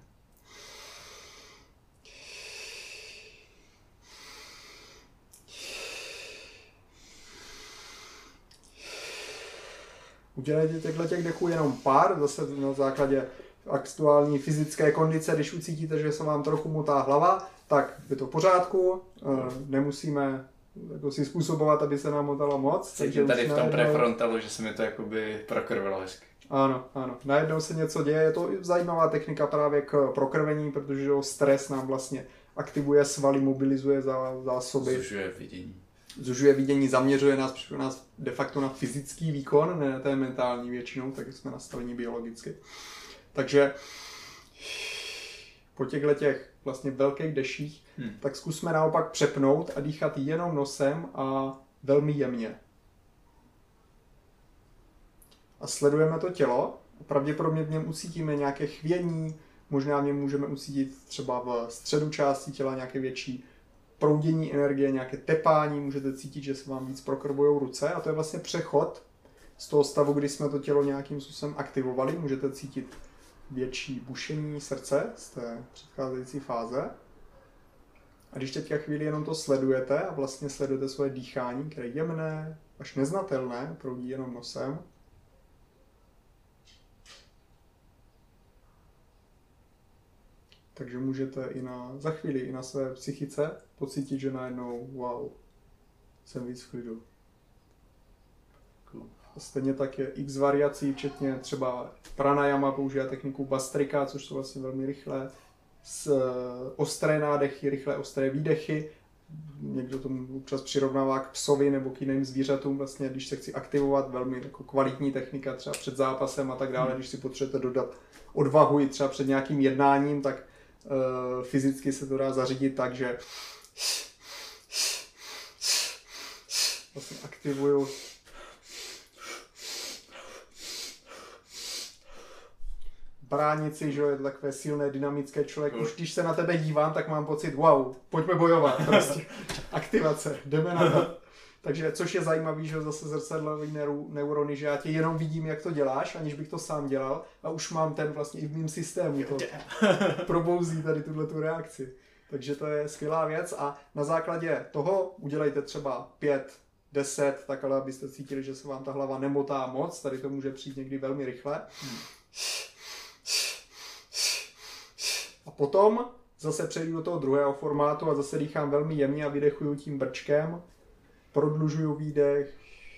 Udělejte těchto těch dechů jenom pár, zase na základě aktuální fyzické kondice, když ucítíte, že se vám trochu motá hlava, tak je to v pořádku, nemusíme jako si způsobovat, aby se nám motala moc. Cítím tady v tom prefrontalu, že se mi to jakoby prokrvilo hezky. Ano, ano. Najednou se něco děje, je to zajímavá technika právě k prokrvení, protože stres nám vlastně aktivuje svaly, mobilizuje zásoby. Zužuje vidění. Zužuje vidění, zaměřuje nás, přišlo nás de facto na fyzický výkon, ne ten mentální většinou, tak jsme nastavení biologicky. Takže po těchto těch vlastně velkých deších, hmm. tak zkusme naopak přepnout a dýchat jenom nosem a velmi jemně. A sledujeme to tělo, pravděpodobně v něm ucítíme nějaké chvění, možná v něm můžeme ucítit třeba v středu části těla nějaké větší proudění energie, nějaké tepání, můžete cítit, že se vám víc prokrvujou ruce a to je vlastně přechod z toho stavu, kdy jsme to tělo nějakým způsobem aktivovali, můžete cítit větší bušení srdce z té předcházející fáze. A když teďka chvíli jenom to sledujete a vlastně sledujete svoje dýchání, které je jemné, až neznatelné, proudí jenom nosem, takže můžete i na, za chvíli i na své psychice pocítit, že najednou, wow, jsem víc v klidu. Cool. Stejně tak je x variací, včetně třeba pranayama používá techniku bastrika, což jsou vlastně velmi rychlé, s, ostré nádechy, rychlé ostré výdechy. Někdo tomu občas přirovnává k psovi nebo k jiným zvířatům, vlastně, když se chci aktivovat, velmi jako kvalitní technika, třeba před zápasem a tak dále, hmm. když si potřebujete dodat odvahu i třeba před nějakým jednáním, tak uh, fyzicky se to dá zařídit tak, že vlastně aktivuju bránici, že je to takové silné, dynamické člověk. Už když se na tebe dívám, tak mám pocit, wow, pojďme bojovat. Prostě. Aktivace, jdeme na to. Takže, což je zajímavý, že zase zrcadlový neurony, že já tě jenom vidím, jak to děláš, aniž bych to sám dělal a už mám ten vlastně i v mým systému, to probouzí tady tuhletu reakci. Takže to je skvělá věc a na základě toho udělejte třeba pět, deset, tak ale abyste cítili, že se vám ta hlava nemotá moc, tady to může přijít někdy velmi rychle. Hmm. A potom zase přejdu do toho druhého formátu a zase dýchám velmi jemně a vydechuju tím brčkem. Prodlužuju výdech.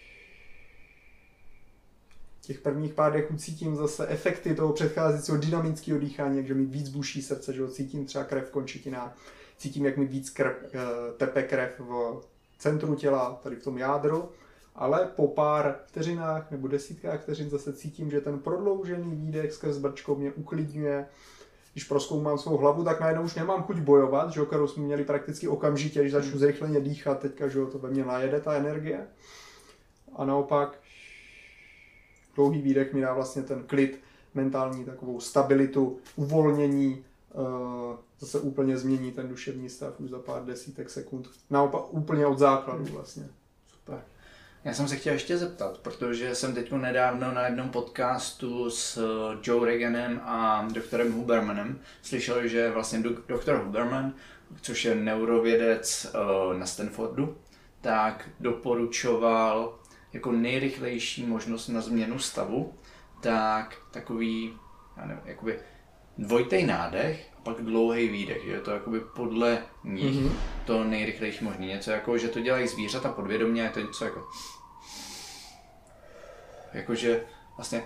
Těch prvních pár dechů cítím zase efekty toho předcházejícího dynamického dýchání, takže mi víc buší srdce, že ho cítím třeba krev v končetinách. Cítím, jak mi víc krev, tepe krev v centru těla, tady v tom jádru. Ale po pár vteřinách nebo desítkách vteřin zase cítím, že ten prodloužený výdech skrz brčko mě uklidňuje. Když prozkoumám svou hlavu, tak najednou už nemám chuť bojovat, že, kterou jsme měli prakticky okamžitě, když začnu zrychleně dýchat, teďka, že to ve mně najede ta energie. A naopak dlouhý výdech mi dá vlastně ten klid, mentální takovou stabilitu, uvolnění, zase úplně změní ten duševní stav už za pár desítek sekund. Naopak úplně od základu vlastně. Super. Já jsem se chtěl ještě zeptat, protože jsem teď nedávno na jednom podcastu s Joe Roganem a doktorem Hubermanem slyšel, že vlastně doktor Huberman, což je neurovědec na Stanfordu, tak doporučoval jako nejrychlejší možnost na změnu stavu, tak takový, já nevím, jakoby dvojitý nádech a pak dlouhý výdech, že je to jakoby podle nich mm-hmm. to nejrychlejší možný. Něco jako, že to dělají zvířata podvědomě, je to něco jako jakože vlastně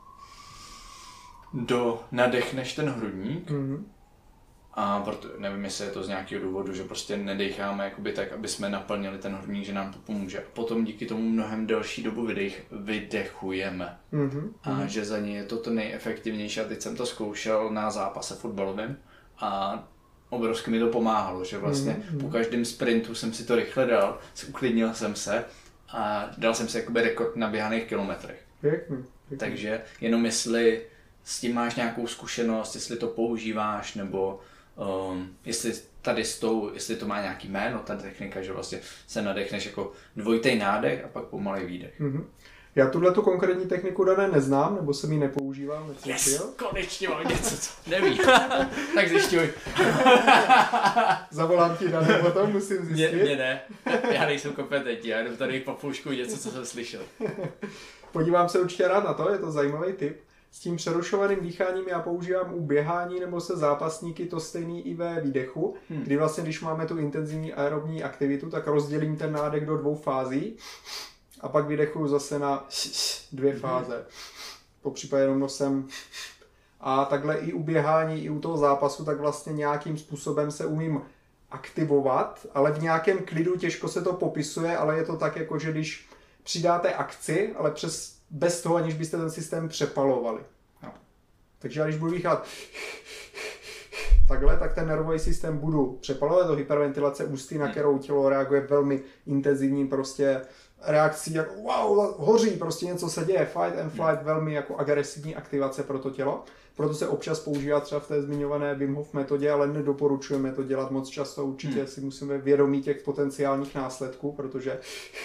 do nadechneš ten hrudník mm-hmm. a proto, nevím, jestli je to z nějakého důvodu, že prostě nedecháme jakoby tak, aby jsme naplnili ten hrudník, že nám to pomůže. A potom díky tomu mnohem delší dobu vydech, vydechujeme. Mm-hmm. A že za ně je to to nejefektivnější. A teď jsem to zkoušel na zápase fotbalovém a obrovsky mi to pomáhalo, že vlastně mm-hmm. po každém sprintu jsem si to rychle dal, uklidnil jsem se a dal jsem si jakoby rekord na běhaných kilometrech. Pěkný, pěkný. Takže jenom jestli s tím máš nějakou zkušenost, jestli to používáš, nebo um, jestli tady s tou, jestli to má nějaký jméno, ta technika, že vlastně se nadechneš jako dvojitý nádech a pak pomalej výdech. Mm-hmm. Já tuhletu konkrétní techniku dané neznám, nebo jsem ji nepoužíval, necítil. Yes, konečně mám něco, co neví. Tak zjišťuj. Zavolám ti dané, potom musím zjistit. Mě, mě ne, já nejsem kompetentní, já jenom tady popoušku něco, co jsem slyšel. Podívám se určitě rád na to, je to zajímavý tip. s tím přerušovaným dýcháním já používám u běhání nebo se zápasníky to stejný i ve výdechu, hmm. kdy vlastně, když máme tu intenzivní aerobní aktivitu, tak rozdělím ten nádech do dvou fází a pak vydechuju zase na dvě fáze. Po případě jenom nosem. A takhle i u běhání, i u toho zápasu, tak vlastně nějakým způsobem se umím aktivovat, ale v nějakém klidu, těžko se to popisuje, ale je to tak, jako že když přidáte akci, ale přes, bez toho, aniž byste ten systém přepalovali. No. Takže já když budu dýchat takhle, tak ten nervový systém budu přepalovat do hyperventilace ústy, na kterou tělo reaguje velmi intenzivním prostě reakcí, jako wow, hoří, prostě něco se děje, fight and flight, velmi jako agresivní aktivace pro to tělo. Proto se občas používá třeba v té zmiňované Wim Hof metodě, ale nedoporučujeme to dělat moc často. Určitě hmm. si musíme vědomí těch potenciálních následků, protože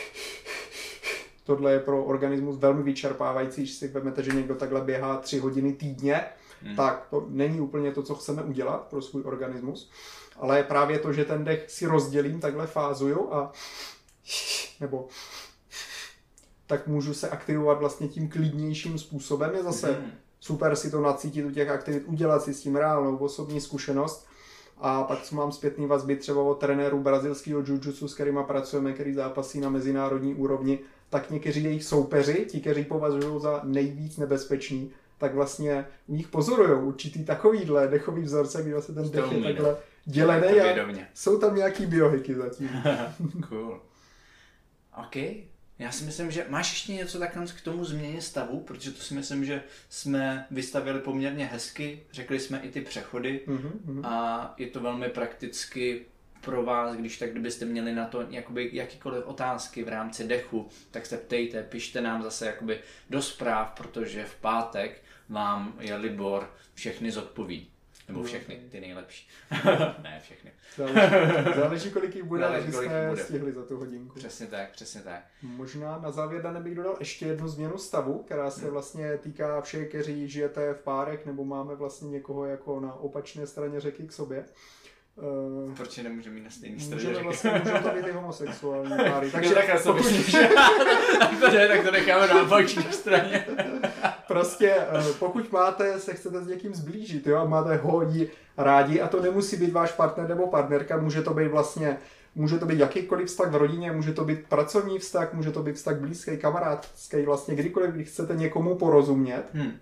tohle je pro organismus velmi vyčerpávající. Když si vezmete, že někdo takhle běhá tři hodiny týdně, hmm. tak to není úplně to, co chceme udělat pro svůj organismus. Ale právě to, že ten dech si rozdělím, takhle fázuju a nebo tak můžu se aktivovat vlastně tím klidnějším způsobem. Je zase hmm. super si to nacítit u těch aktivit, udělat si s tím reálnou osobní zkušenost. A pak co mám zpětný vazby třeba od trenérů brazilského jiu-jitsu, s kterýma pracujeme, který zápasí na mezinárodní úrovni, tak někteří jejich soupeři, ti, kteří považují za nejvíc nebezpečný, tak vlastně u nich pozorují určitý takovýhle dechový vzorce, kdy vlastně ten dech je takhle dělený a jsou tam nějaký biohiky zatím. Cool. OK. Já si myslím, že máš ještě něco takhle k tomu změně stavu, protože to si myslím, že jsme vystavili poměrně hezky, řekli jsme i ty přechody mm-hmm. a je to velmi prakticky pro vás, když tak kdybyste měli na to jakoby jakýkoliv otázky v rámci dechu, tak se ptejte, pište nám zase jakoby do zpráv, protože v pátek vám je Libor všechny zodpoví. Nebo všechny, ty nejlepší. Ne, všechny. Záleží, záleží kolik jich bude, abyste stihli za tu hodinku. Přesně tak, přesně tak. Možná na závěr, Dane, bych dodal ještě jednu změnu stavu, která se vlastně týká všech, kteří žijete v párech, nebo máme vlastně někoho jako na opačné straně řeky k sobě. Uh, Proč nemůžeme mít na stejné straně řeky? Vlastně, můžou to být i homosexuální páry. Takže takhle se myslíš, tak to ne, tak to necháme na opačné straně. Prostě pokud máte, se chcete s někým zblížit, jo, a máte ho jí rádi, a to nemusí být váš partner nebo partnerka, může to být vlastně, může to být jakýkoliv vztah v rodině, může to být pracovní vztah, může to být vztah blízký, kamarádský, vlastně kdykoliv, když chcete někomu porozumět, hmm.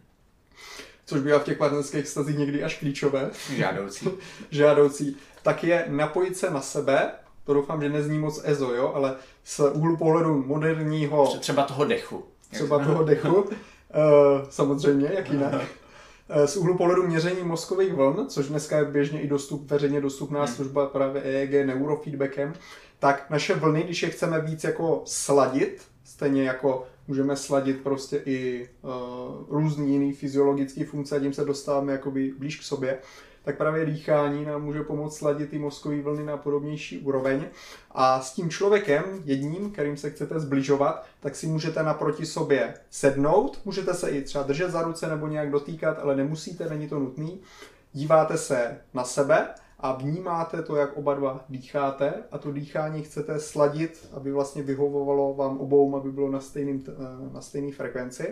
což bývá v těch partnerských vztazích někdy až klíčové, žádoucí, žádoucí, tak je napojit se na sebe. To doufám, že nezní moc ezo, jo, ale z úhlu pohledu moderního, třeba toho dechu, třeba toho dechu, Uh, samozřejmě, jak jinak. Uh, z úhlu pohledu měření mozkových vln, což dneska je běžně i dostup, veřejně dostupná hmm. služba právě E E G neurofeedbackem, tak naše vlny, když je chceme víc jako sladit, stejně jako můžeme sladit prostě i uh, různý jiný fyziologický funkce, a tím se dostáváme jakoby blíž k sobě, tak právě dýchání nám může pomoct sladit i mozkové vlny na podobnější úroveň. A s tím člověkem, jedním, kterým se chcete zbližovat, tak si můžete naproti sobě sednout, můžete se i třeba držet za ruce nebo nějak dotýkat, ale nemusíte, není to nutný. Díváte se na sebe a vnímáte to, jak oba dva dýcháte, a to dýchání chcete sladit, aby vlastně vyhovovalo vám obou, aby bylo na stejným, na stejné frekvenci.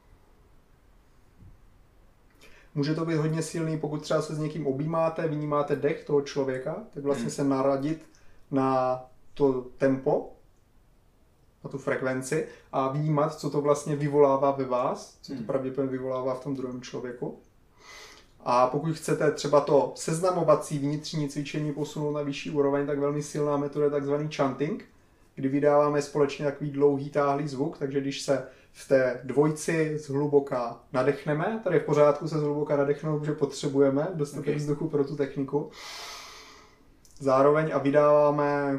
Může to být hodně silný, pokud třeba se s někým objímáte, vnímáte dech toho člověka, tak vlastně se naradit na to tempo, na tu frekvenci a vnímat, co to vlastně vyvolává ve vás, co to pravděpodobně vyvolává v tom druhém člověku. A pokud chcete třeba to seznamovací vnitřní cvičení posunout na vyšší úroveň, tak velmi silná metoda je takzvaný chanting, kdy vydáváme společně takový dlouhý táhlý zvuk, takže když se v té dvojci zhluboka nadechneme, tady je v pořádku se zhluboka nadechnout, protože potřebujeme dostatek okay. vzduchu pro tu techniku. Zároveň a vydáváme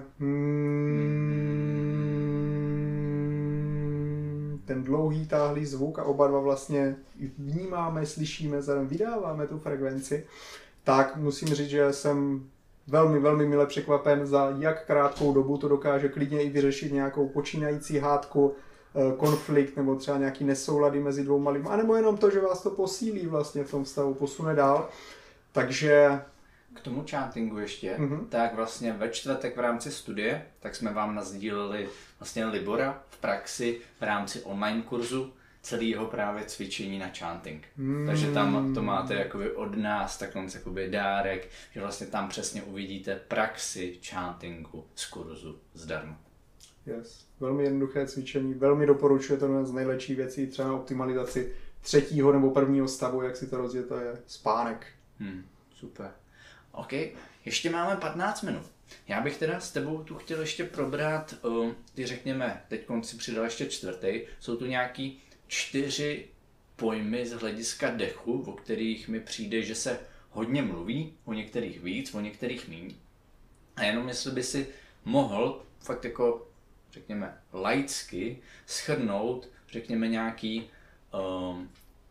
hmm, ten dlouhý táhlý zvuk a oba dva vlastně vnímáme, slyšíme, zároveň vydáváme tu frekvenci, tak musím říct, že jsem velmi, velmi mile překvapen, za jak krátkou dobu to dokáže klidně i vyřešit nějakou počínající hádku, konflikt nebo třeba nějaký nesoulady mezi dvouma lidmi, anebo jenom to, že vás to posílí vlastně v tom vztahu, posune dál. Takže k tomu chantingu ještě, mm-hmm. tak vlastně ve čtvrtek v rámci studie, tak jsme vám nasdíleli vlastně Libora v praxi v rámci online kurzu, celého právě cvičení na chanting. Mm. Takže tam to máte jakoby od nás takový jakoby dárek, že vlastně tam přesně uvidíte praxi chantingu z kurzu zdarma. Yes. Velmi jednoduché cvičení, velmi doporučuji, to jedna z nejlepších věcí třeba na optimalizaci třetího nebo prvního stavu, jak si to rozdělíte, je spánek. Hmm, super. OK, ještě máme patnáct minut. Já bych teda s tebou tu chtěl ještě probrat, uh, ty řekněme, teď si přidal ještě čtvrtý, jsou tu nějaký čtyři pojmy z hlediska dechu, o kterých mi přijde, že se hodně mluví, o některých víc, o některých míň. A jenom jestli by si mohl fakt jako, řekněme, laicky shrnout, řekněme, nějaký um,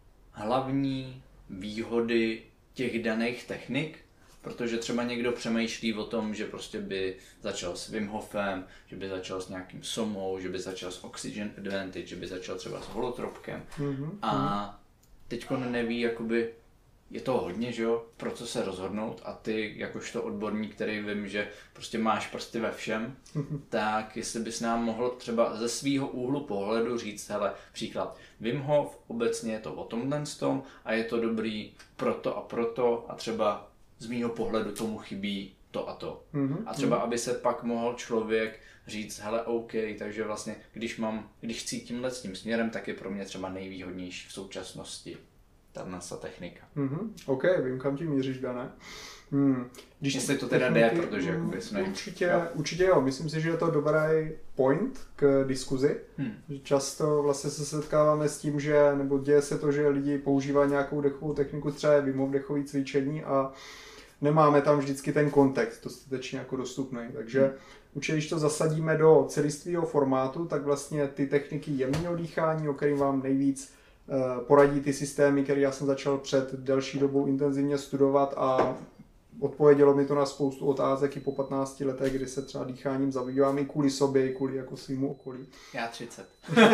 hlavní výhody těch daných technik, protože třeba někdo přemýšlí o tom, že prostě by začal s Wim Hofem, že by začal s nějakým somou, že by začal s Oxygen Advantage, že by začal třeba s holotropkem mm-hmm. a teďko neví, jakoby, je toho hodně, že jo, pro co se rozhodnout a ty, jakožto odborník, který vím, že prostě máš prsty ve všem, mm-hmm. tak jestli bys nám mohl třeba ze svýho úhlu pohledu říct, hele, příklad, Wim Hof, obecně je to o tomhle tom a je to dobrý proto a proto a třeba z mýho pohledu tomu chybí to a to. Mm-hmm. A třeba, aby se pak mohl člověk říct, hele, OK, takže vlastně, když mám, když chci tímhle s tím směrem, tak je pro mě třeba nejvýhodnější v současnosti tato technika. Mm-hmm. OK, vím, kam ti míříš, Dané. Hmm. Když Jestli to teda techniky, jde, protože jakoby jsme... Určitě, jo. určitě jo, myslím si, že je to dobrý point k diskuzi. Hmm. Často vlastně se setkáváme s tím, že, nebo děje se to, že lidi používají nějakou dechovou techniku, třeba Wim Hof dechový cvičení a nemáme tam vždycky ten kontext dostatečně jako dostupný. Takže hmm. určitě, když to zasadíme do celistvého formátu, tak vlastně ty techniky jemného dýchání, o kterým vám nejvíc poradí ty systémy, které já jsem začal před delší dobou intenzivně studovat a odpovědělo mi to na spoustu otázek i po patnácti letech, kdy se třeba dýcháním zabývám i kvůli sobě, i kvůli jako svýmu okolí. Já třicet.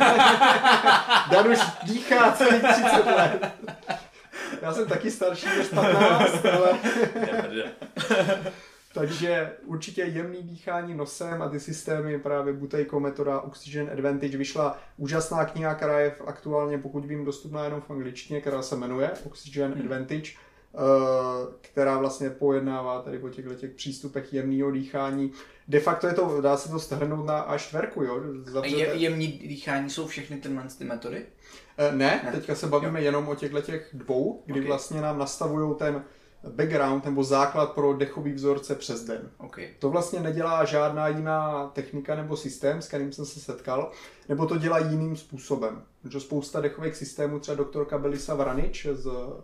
Dan už dýchá celých třicet let. Já jsem taky starší než patnáct, ale... Takže určitě jemný dýchání nosem a ty systémy, právě Buteyko metoda Oxygen Advantage, vyšla úžasná kniha, která je aktuálně, pokud vím, dostupná jenom v angličtině, která se jmenuje Oxygen hmm. Advantage, která vlastně pojednává tady o těchto těch přístupech jemného dýchání. De facto je to, dá se to strhnout na A čtyři, jo? Je, jemný dýchání jsou všechny tyhle ty metody? Ne, ne, teďka se bavíme jo. jenom o těchto těch dvou, kdy okay. vlastně nám nastavují ten background nebo základ pro dechový vzorce přes den. Okay. To vlastně nedělá žádná jiná technika nebo systém, s kterým jsem se setkal, nebo to dělá jiným způsobem. Protože spousta dechových systémů, třeba doktorka Belisa Vranič z,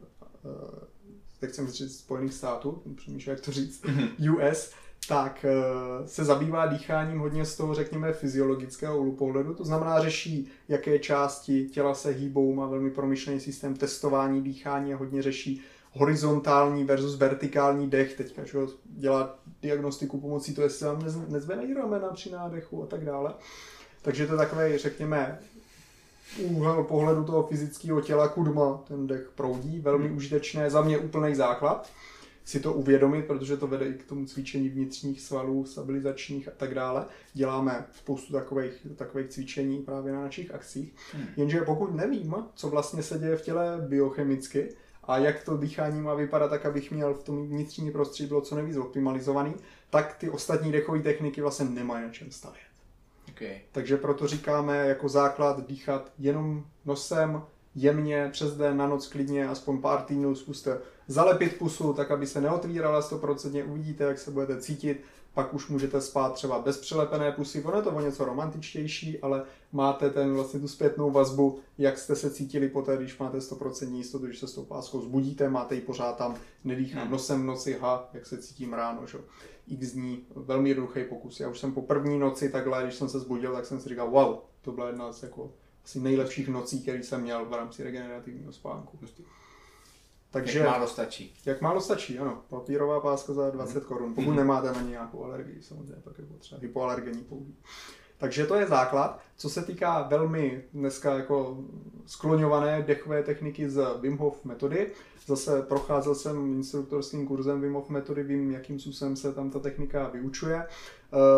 tak chcem říct, Spojených států, přemýšlím, jak to říct, mm-hmm. U S, tak se zabývá dýcháním hodně z toho, řekněme, fyziologického úhlu pohledu. To znamená, řeší, jaké části těla se hýbou, má velmi promyšlený systém testování dýchání a hodně řeší horizontální versus vertikální dech. Teďka že dělá diagnostiku pomocí toho, jestli vám nezvedají ramena při nádechu a tak dále. Takže to je takový, řekněme, úhel pohledu toho fyzického těla, kudma ten dech proudí. Velmi hmm. užitečné, za mě úplný základ si to uvědomit, protože to vede i k tomu cvičení vnitřních svalů, stabilizačních a tak dále. Děláme spoustu takových, takových cvičení právě na našich akcích. Hmm. Jenže pokud nevím, co vlastně se děje v těle biochemicky, a jak to dýchání má vypadat tak, abych měl v tom vnitřní prostředí bylo co nejvíc optimalizovaný, tak ty ostatní dechové techniky vlastně nemají na čem stavět. Okay. Takže proto říkáme jako základ dýchat jenom nosem, jemně, přes den, na noc klidně, aspoň pár týdnů zkuste zalepit pusu, tak aby se neotvírala sto procent, uvidíte, jak se budete cítit, pak už můžete spát třeba bez přelepené pusy, ono je to o něco romantičtější, ale máte ten vlastně tu zpětnou vazbu, jak jste se cítili poté, když máte sto procent jistotu, když se s tou páskou zbudíte, máte ji pořád tam, nedýchám hmm. nosem v noci, ha, jak se cítím ráno, že? X dní, velmi jednoduchý pokus. Já už jsem po první noci takhle, když jsem se zbudil, tak jsem si říkal, wow, to byla jedna z jako asi nejlepších nocí, který jsem měl v rámci regenerativního spánku. Takže, jak málo stačí. Jak málo stačí, ano. Papírová páska za dvacet korun. Pokud mm. nemáte na nějakou alergii, samozřejmě, tak je potřeba hypoalergenní použít. Takže to je základ. Co se týká velmi dneska jako skloňované dechové techniky z Wim Hof metody, zase procházel jsem instruktorským kurzem Wim Hof metody, vím, jakým způsobem se tam ta technika vyučuje.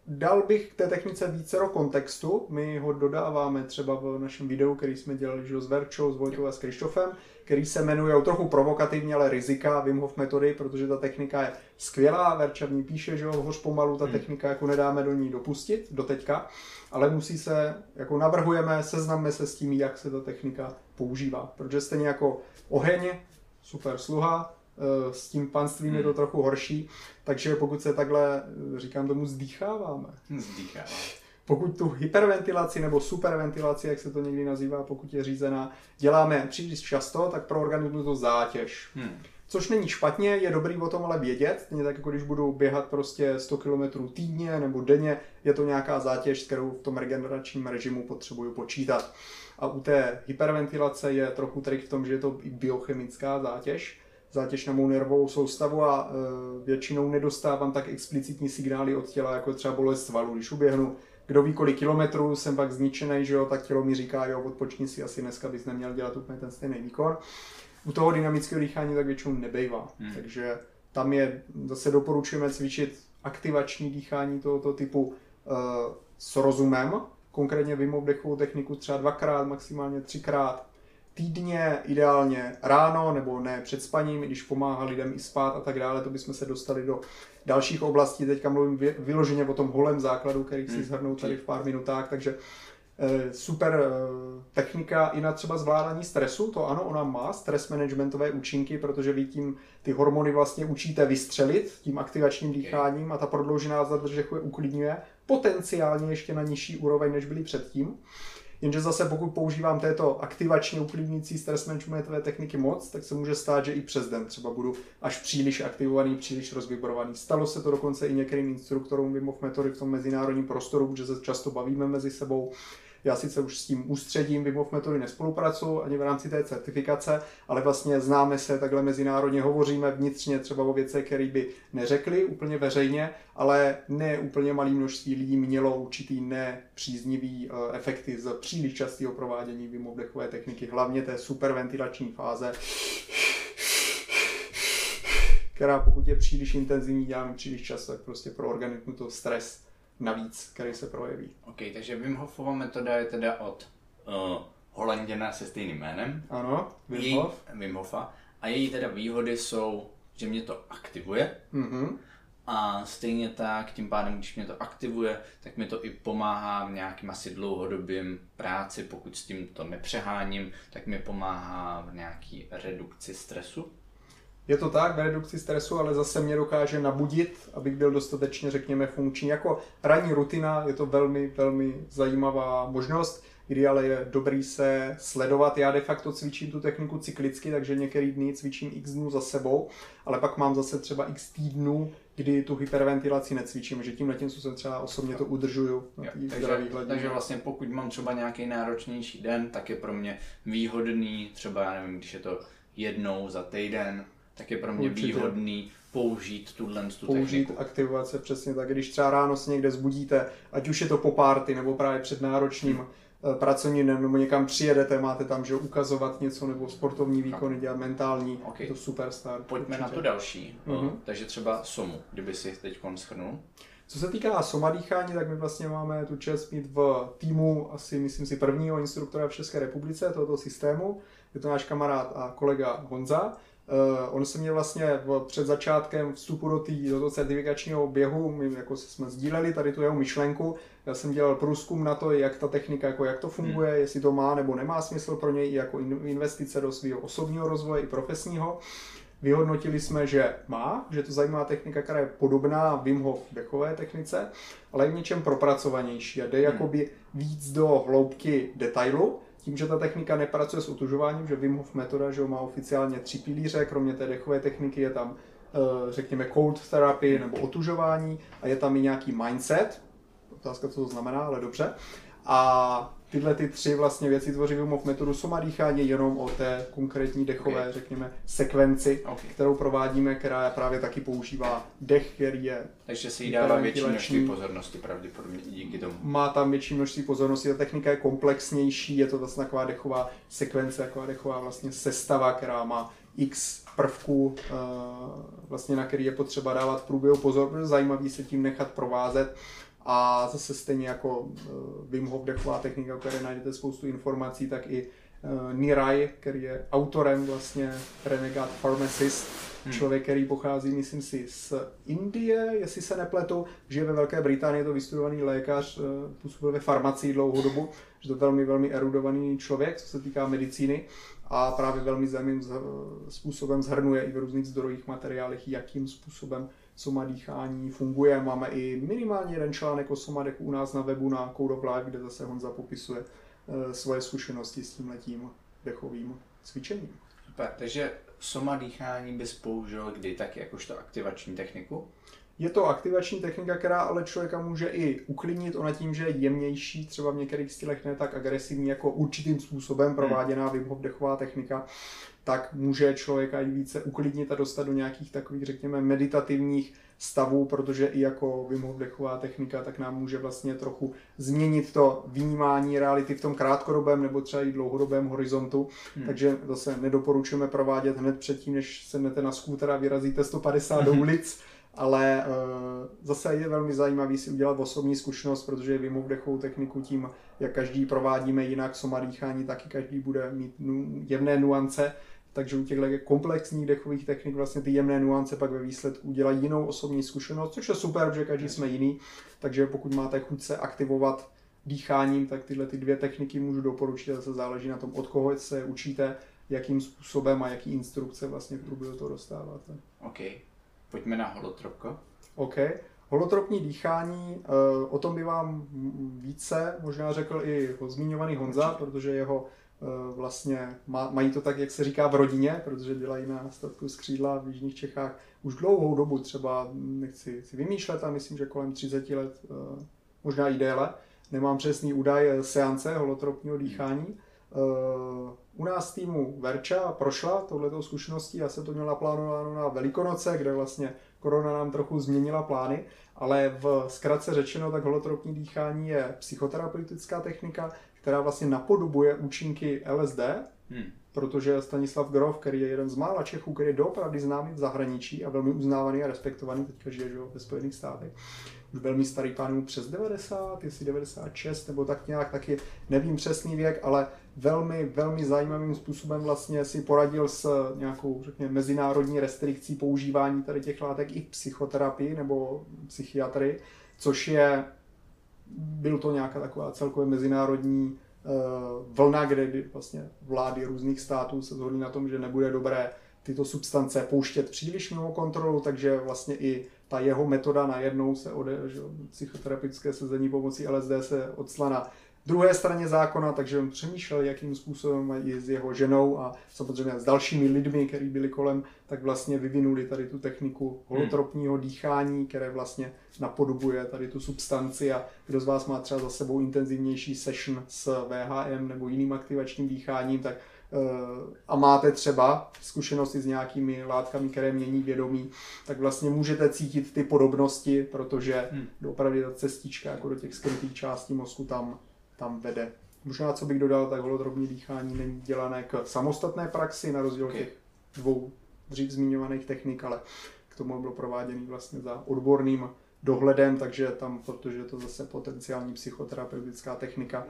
dal bych k té technice vícero kontextu. My ho dodáváme třeba v našem videu, který jsme dělali že, s Verčou, s Vojtou a s Krištofem, který se jmenuje trochu provokativně, ale rizika Wim Hof metody, protože ta technika je skvělá. Verča v ní píše, že ho hoř pomalu, ta hmm. technika jako nedáme do ní dopustit, do teďka, ale musí se, jako navrhujeme, seznamme se s tím, jak se ta technika používá. Protože stejně jako oheň, super sluha, s tím panstvím hmm. je to trochu horší, takže pokud se takhle, říkám tomu, zdýcháváme. Zdýcháváme. Pokud tu hyperventilaci nebo superventilaci, jak se to někdy nazývá, pokud je řízená, děláme příliš často, tak pro organismus to zátěž. Hmm. Což není špatně, je dobrý o tom ale vědět, stejně tak jako když budu běhat prostě sto kilometrů týdně nebo denně, je to nějaká zátěž, s kterou v tom regeneračním režimu potřebuju počítat. A u té hyperventilace je trochu trik v tom, že je to i biochemická zátěž, zátěž na mou nervovou soustavu a e, většinou nedostávám tak explicitní signály od těla, jako třeba bolest svalů. Když uběhnu kdo ví kolik kilometrů, jsem pak zničený, že jo, tak tělo mi říká, jo, odpočni si, asi dneska bys neměl dělat úplně ten stejný výkon. U toho dynamického dýchání tak většinou nebejvá, hmm. takže tam je, zase doporučujeme cvičit aktivační dýchání tohoto typu e, s rozumem, konkrétně Wim Hof dechovou techniku třeba dvakrát, maximálně třikrát týdně, ideálně ráno nebo ne před spaním, když pomáhá lidem i spát a tak dále, to bychom se dostali do dalších oblastí. Teďka mluvím vyloženě o tom holém základu, který si shrnou tady v pár minutách, takže e, super e, technika i na třeba zvládání stresu, to ano, ona má stres managementové účinky, protože vy tím ty hormony vlastně učíte vystřelit tím aktivačním dýcháním a ta prodloužená zadrž je uklidňuje, potenciálně ještě na nižší úroveň, než byly předtím. Jenže zase pokud používám této aktivačně uklidňující stres managementové techniky moc, tak se může stát, že i přes den třeba budu až příliš aktivovaný, příliš rozvibrovaný. Stalo se to dokonce i některým instruktorům Wim Hof metody v tom mezinárodním prostoru, protože se často bavíme mezi sebou. Já sice už s tím ústředím Wim Hof metody nespolupracuji ani v rámci té certifikace, ale vlastně známe se, takhle mezinárodně hovoříme vnitřně třeba o věcech, které by neřekli úplně veřejně, ale ne úplně malé množství lidí mělo určitý nepříznivý efekty z příliš častého provádění Wim Hof dechové techniky, hlavně té superventilační fáze, která pokud je příliš intenzivní, děláme příliš často, tak prostě pro organismus to stres navíc, který se projeví. Ok, takže Wim Hofova metoda je teda od uh, Holanděna se stejným jménem. Ano, Wim její, Hof. Wim Hofa. A její teda výhody jsou, že mě to aktivuje. Mm-hmm. A stejně tak, tím pádem, když mě to aktivuje, tak mi to i pomáhá v nějakým asi dlouhodobým práci. Pokud s tím to nepřeháním, tak mi pomáhá v nějaký redukci stresu. Je to tak, v redukci stresu, ale zase mě dokáže nabudit, abych byl dostatečně, řekněme, funkční. Jako ranní rutina je to velmi, velmi zajímavá možnost, kdy ale je dobrý se sledovat. Já de facto cvičím tu techniku cyklicky, takže některý dny cvičím x dnů za sebou, ale pak mám zase třeba x týdnů, kdy tu hyperventilaci necvičím, že tím letím, co jsem třeba osobně to udržuju na té zdraví hladině. Takže vlastně pokud mám třeba nějaký náročnější den, tak je pro mě výhodný, třeba já nevím, když je to jednou za týden, tak je pro mě určitě výhodný použít tuhle tu použít techniku. Aktivovat se přesně tak. Když třeba ráno se někde zbudíte, ať už je to po party nebo právě před náročným hmm. pracovním dnem, nebo někam přijedete, máte tam že ukazovat něco nebo sportovní výkony, dělat mentální, okay. Je to super start. Pojďme určitě na tu další, mm-hmm. takže třeba somu, kdyby si teď shrnul. Co se týká soma dýchání, tak my vlastně máme tu čest mít v týmu asi, myslím si, prvního instruktora v České republice tohoto systému. Je to náš kamarád a kolega Honza. Uh, on se mě vlastně v, před začátkem vstupu do, tý, do toho certifikačního běhu, my jako jsme sdíleli tady tu jeho myšlenku, já jsem dělal průzkum na to, jak ta technika, jako jak to funguje, hmm. jestli to má nebo nemá smysl pro něj i jako investice do svého osobního rozvoje i profesního. Vyhodnotili jsme, že má, že to zajímavá technika, která je podobná Wim Hof dechové technice, ale je v něčem propracovanější a jde hmm. jakoby víc do hloubky detailu. Tím, že ta technika nepracuje s otužováním, že Wim Hof metoda že má oficiálně tři pilíře, kromě té dechové techniky je tam, řekněme, cold therapy nebo otužování a je tam i nějaký mindset, otázka, co to znamená, ale dobře. A tyhle ty tři vlastně věci tvoří Wim Hof metodu soma dýchání jenom o té konkrétní dechové, okay. řekněme, sekvenci, okay. kterou provádíme, která právě taky používá dech, který je... Takže se jí dává větší množství pozornosti pravděpodobně díky tomu. Má tam větší množství pozornosti, ta technika je komplexnější, je to vlastně taková dechová sekvence, taková dechová vlastně sestava, která má x prvků, vlastně na který je potřeba dávat v průběhu pozor, protože zajímavý se tím nechat provázet. A zase stejně jako uh, Wim Hof dechová technika, o které najdete spoustu informací, tak i uh, Niraj, který je autorem vlastně Renegade Pharmacist, hmm. člověk, který pochází, myslím si, z Indie, jestli se nepletu, žije ve Velké Británii, je to vystudovaný lékař, uh, působil ve farmacii dlouhou dobu, že to je velmi, velmi erudovaný člověk, co se týká medicíny. A právě velmi zajímavým způsobem zhrnuje i v různých zdrojích materiálech, jakým způsobem soma dýchání funguje. Máme i minimálně jeden článek o soma dechu u nás na webu na Code of Life, kde zase Honza popisuje svoje zkušenosti s tímhletím dechovým cvičením. Super, takže soma dýchání bys použil kdy taky jakožto aktivační techniku? Je to aktivační technika, která ale člověka může i uklidnit, ona tím, že je jemnější, třeba v některých stylech ne tak agresivní, jako určitým způsobem prováděná Wim Hof dechová technika, tak může člověka i více uklidnit a dostat do nějakých takových, řekněme, meditativních stavů, protože i jako Wim Hof dechová technika, tak nám může vlastně trochu změnit to vnímání reality v tom krátkodobém nebo třeba i dlouhodobém horizontu. Hmm. Takže zase nedoporučujeme provádět hned předtím, než sednete na skúter a vyrazíte sto padesát do ulic. Ale e, zase je velmi zajímavý si udělat osobní zkušenost, protože Wim Hof dechovou techniku tím, jak každý provádíme jinak soma dýchání, taky každý bude mít nu, jemné nuance, takže u těchto komplexních dechových technik vlastně ty jemné nuance pak ve výsledku udělají jinou osobní zkušenost, což je super, protože každý jsme jiný, takže pokud máte chuť se aktivovat dýcháním, tak tyhle ty dvě techniky můžu doporučit, zase záleží na tom, od koho se učíte, jakým způsobem a jaký instrukce vlastně v průběhu to dostáváte. Okay. Pojďme na holotropko. OK. Holotropní dýchání, o tom by vám více možná řekl i zmiňovaný Honza, protože jeho vlastně mají to tak, jak se říká v rodině, protože dělají na statku Skřídla v jižních Čechách už dlouhou dobu, třeba nechci si vymýšlet, a myslím, že kolem třicet let, možná i déle. Nemám přesný údaj seance holotropního dýchání. U nás týmu Verča prošla touhletou zkušeností, já jsem to měl naplánováno na Velikonoce, kde vlastně korona nám trochu změnila plány, ale v zkratce řečeno, tak holotropní dýchání je psychoterapeutická technika, která vlastně napodobuje účinky L S D, hmm. protože Stanislav Grof, který je jeden z mála Čechů, který je doopravdy známý v zahraničí a velmi uznávaný a respektovaný, teďka žije že, ve Spojených státech, už velmi starý pán mu přes devadesát, jestli devadesát šest nebo tak nějak, taky nevím přesný věk, ale velmi, velmi zajímavým způsobem vlastně si poradil s nějakou, řekněme, mezinárodní restrikcí používání tady těch látek i v psychoterapii nebo psychiatrii, což je, byl to nějaká taková celkově mezinárodní uh, vlna, kde vlastně vlády různých států se shodly na tom, že nebude dobré tyto substance pouštět příliš mimo kontrolu, takže vlastně i ta jeho metoda najednou se ode, že psychoterapeutické sezení pomocí L S D se odstla na druhé straně zákona, takže on přemýšlel, jakým způsobem i s jeho ženou a samozřejmě s dalšími lidmi, kteří byli kolem, tak vlastně vyvinuli tady tu techniku holotropního dýchání, které vlastně napodobuje tady tu substanci, a kdo z vás má třeba za sebou intenzivnější session s V H M nebo jiným aktivačním dýcháním, tak a máte třeba zkušenosti s nějakými látkami, které mění vědomí, tak vlastně můžete cítit ty podobnosti, protože hmm. opravdu ta cestička jako do těch skrytých částí mozku tam, tam vede. Možná, co bych dodal, tak holotropní dýchání není dělané k samostatné praxi, na rozdíl okay. těch dvou dřív zmiňovaných technik, ale k tomu bylo prováděný vlastně za odborným dohledem, takže tam, protože je to zase potenciální psychoterapeutická technika,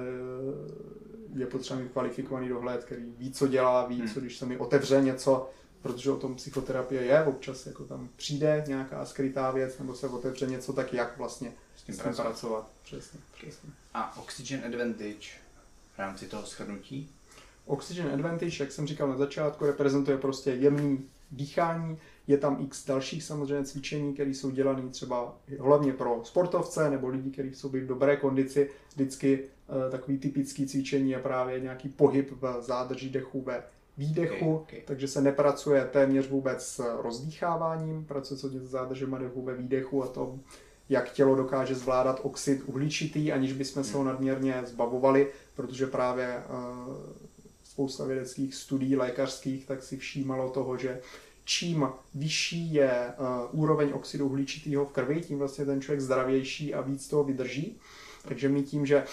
je potřeba mít kvalifikovaný dohled, který ví, co dělá, ví, co když se mi otevře něco, protože o tom psychoterapie je, občas jako tam přijde nějaká skrytá věc, nebo se otevře něco, tak jak vlastně s tím, s tím pracovat. Přesně, přesně. A Oxygen Advantage v rámci toho shrnutí? Oxygen Advantage, jak jsem říkal na začátku, reprezentuje prostě jemný dýchání. Je tam x dalších samozřejmě cvičení, které jsou dělané třeba hlavně pro sportovce nebo lidi, kteří chcou být v dobré kondici. Vždycky e, takový typický cvičení je právě nějaký pohyb v zádrži dechu ve výdechu, okay, okay. takže se nepracuje téměř vůbec s rozdýcháváním, pracuje se s zádržema dechu ve výdechu a tom, jak tělo dokáže zvládat oxid uhličitý, aniž bychom se ho nadměrně zbavovali, protože právě e, spousta vědeckých studií lékařských tak si všímalo toho, že čím vyšší je uh, úroveň oxidu uhličitého v krvi, tím vlastně ten člověk zdravější a víc toho vydrží. Takže my tím, že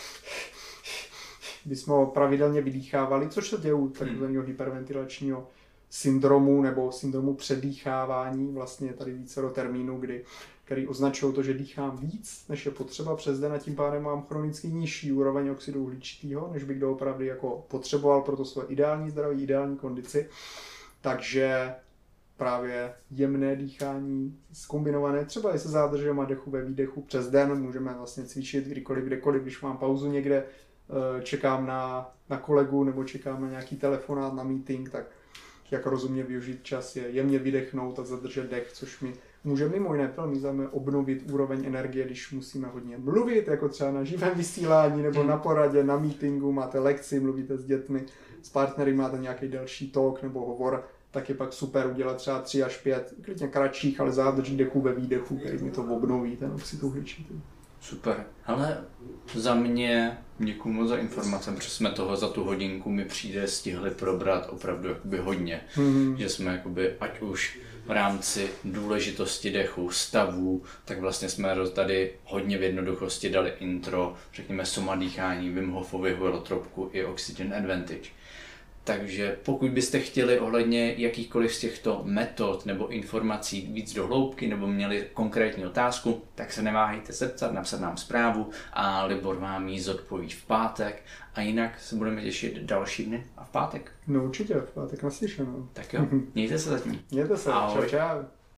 bychom ho pravidelně vydýchávali, což se děje u takzvaného hyperventilačního syndromu nebo syndromu předýchávání, vlastně tady více do termínů, kdy který označují to, že dýchám víc, než je potřeba přes den a tím pádem mám chronicky nižší úroveň oxidu uhličitého, než bych doopravdy jako potřeboval pro to své ideální zdraví, ideální kondici. Takže právě jemné dýchání zkombinované třeba i se zádržem a dechu ve výdechu přes den můžeme vlastně cvičit kdykoliv, kdekoliv, když mám pauzu někde, čekám na, na kolegu nebo čekám na nějaký telefonát, na meeting, tak jak rozumně využít čas je jemně vydechnout a zadržet dech, což mi může mimo jiné velmi zároveň obnovit úroveň energie, když musíme hodně mluvit, jako třeba na živém vysílání nebo na poradě, na meetingu, máte lekci, mluvíte s dětmi, s partnery, máte nějaký další talk nebo hovor, tak je pak super udělat třeba tři až pět, klidně kratších, ale zádrží dechu ve výdechu, který mi to obnoví, ten oxid uhličitý. Super. Ale za mě děkuji moc za informace, protože jsme toho za tu hodinku mi přijde stihli probrat opravdu jakoby hodně. Mm-hmm. Že jsme jakoby, ať už v rámci důležitosti dechu, stavů, tak vlastně jsme tady hodně v jednoduchosti dali intro, řekněme soma dýchání, Wim Hofovi hulotropku i Oxygen Advantage. Takže pokud byste chtěli ohledně jakýchkoliv z těchto metod nebo informací víc do hloubky nebo měli konkrétní otázku, tak se neváhejte zeptat, napsat nám zprávu a Libor vám ji zodpoví v pátek a jinak se budeme těšit další dny a v pátek. No určitě, v pátek naslyšenou. Tak jo, mějte se zatím. Mějte se, Ahoj. čau čau.